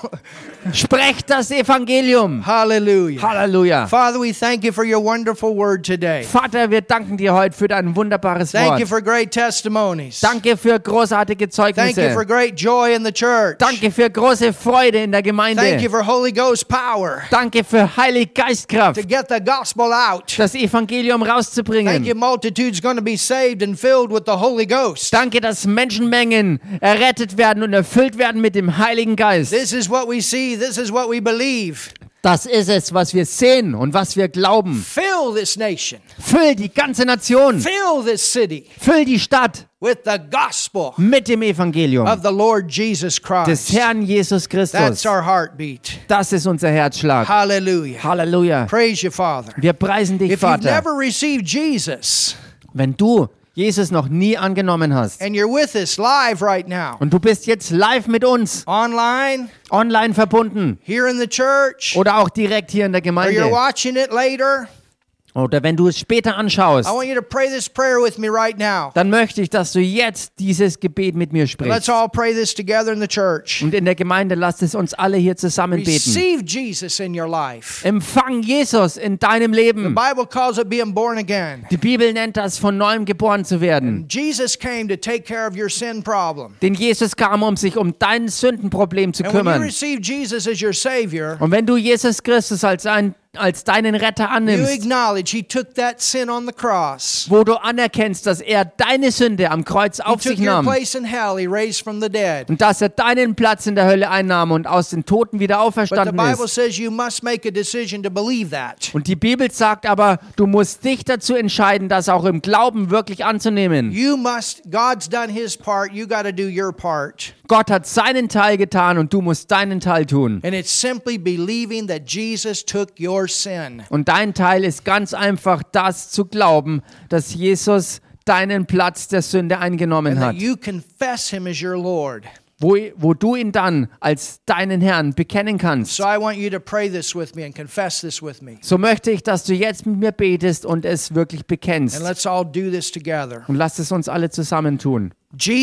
Sprecht das Evangelium. Hallelujah. Halleluja. Father, we thank you for your wonderful word today. Vater, wir danken dir heute für dein wunderbares Thank you Wort. for great testimonies. Danke für großartige Thank you for Zeugnisse. great joy in the church. Danke für große Freude in der Thank you Gemeinde. for Holy Ghost power Danke für Heilige to Geistkraft, get the gospel out. das Evangelium Thank you, rauszubringen. multitudes going to be saved and filled with the Holy Ghost. Danke, dass Menschenmengen errettet werden und erfüllt werden mit dem Heiligen Geist. This is what we see. This is what we believe. Das ist es, was wir sehen und was wir glauben. Fill this nation. Füll die ganze Nation, Fill this city füll die Stadt with the gospel mit dem Evangelium of the Lord Jesus des Christ. Herrn Jesus That's Christus. our heartbeat. Das ist unser Herzschlag. Hallelujah. Halleluja. Praise you, Father. Wir preisen dich, If you've Vater. never received Jesus Wenn du Jesus noch nie angenommen hast and you're with us live right now, und du bist jetzt live mit uns, online, online verbunden here in the church, oder auch direkt hier in der or you're Gemeinde watching it later, oder wenn du es später anschaust, I want you to pray this prayer with me right now. dann möchte ich, dass du jetzt dieses Gebet mit mir Let's sprichst. all pray this together in the church. Und in der Gemeinde lasst es uns alle hier zusammen beten. Receive Jesus in your life. Empfang Jesus in deinem The Leben. Bible calls it being born again. Die Bibel nennt das, von neuem geboren zu werden. Jesus came to take care of your sin problem. Denn Jesus kam, um sich um dein Sündenproblem zu And when you kümmern. receive Jesus as your Savior, Und wenn du Jesus Christus als deinen Retter you annimmst, acknowledge He took that sin on the cross. wo du anerkennst, dass er deine Sünde am Kreuz He auf took sich your nahm place in hell. He raised from the dead. und dass er deinen Platz in der Hölle einnahm und aus den Toten wieder But the auferstanden Bible ist. says you must make a decision to believe that. Und die Bibel sagt aber, du musst dich dazu entscheiden, das auch im Glauben wirklich anzunehmen. God's done His part. You got to do your part. Gott hat seinen Teil getan und du musst deinen Teil tun. And it's simply believing that Jesus took your sin. Und dein Teil ist ganz einfach das zu glauben, dass Jesus deinen Platz der Sünde eingenommen And that hat. you confess Him as your Lord. Wo du ihn dann als deinen Herrn bekennen kannst. So I want you to pray this with me and confess this with me. So möchte ich, dass du jetzt mit mir betest und es wirklich And bekennst. let's all do this together. Und lass es uns alle zusammen tun.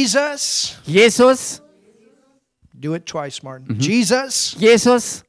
Jesus, Jesus, do it twice, Martin. Jesus, Jesus,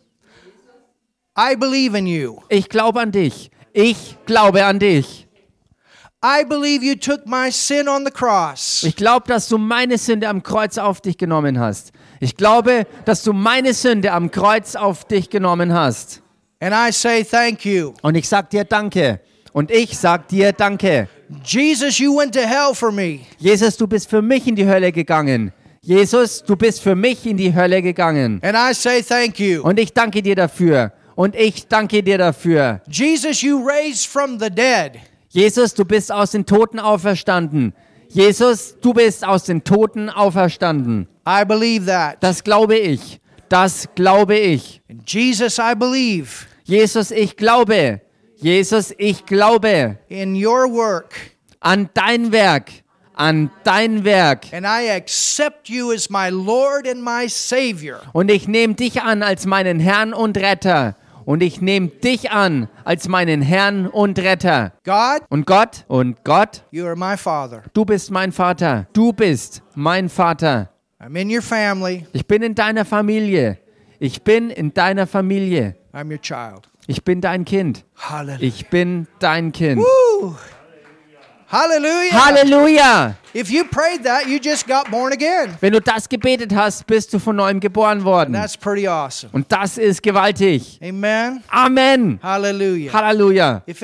I believe in you. ich glaube an dich. Ich glaube an dich. I believe you took my sin on the cross. Ich glaube, dass du meine Sünde am Kreuz auf dich genommen hast. Ich glaube, dass du meine Sünde am Kreuz auf dich genommen hast. And I say thank you. Und ich sag dir Danke. Und ich sag dir Danke. Jesus, you went to hell for me. Jesus, du bist für mich in die Hölle gegangen. Jesus, du bist für mich in die Hölle gegangen. And I say thank you. Und ich danke dir dafür. Und ich danke dir dafür. Jesus, you raised from the dead. Jesus, du bist aus den Toten auferstanden. Jesus, du bist aus den Toten auferstanden. I believe that. Das glaube ich. Das glaube ich. And Jesus, I believe Jesus, ich glaube. Jesus, ich glaube in your work. an dein Werk. An dein Werk. And I accept you as my Lord and my Savior. Und ich nehme dich an als meinen Herrn und Retter. Und ich nehme dich an als meinen Herrn und Retter. God, Und Gott, you are my Father. du bist mein Vater. Du bist mein Vater. I'm in your family. Ich bin in deiner Familie. Ich bin in deiner Familie. I'm your child. Ich bin dein Kind. Hallelujah. Ich bin dein Kind. Woo! Hallelujah. Halleluja! If you prayed that, you just got born again. Wenn du das gebetet hast, bist du von neuem geboren worden. That's pretty awesome. Und das ist gewaltig. Amen. Amen. Hallelujah. Halleluja. If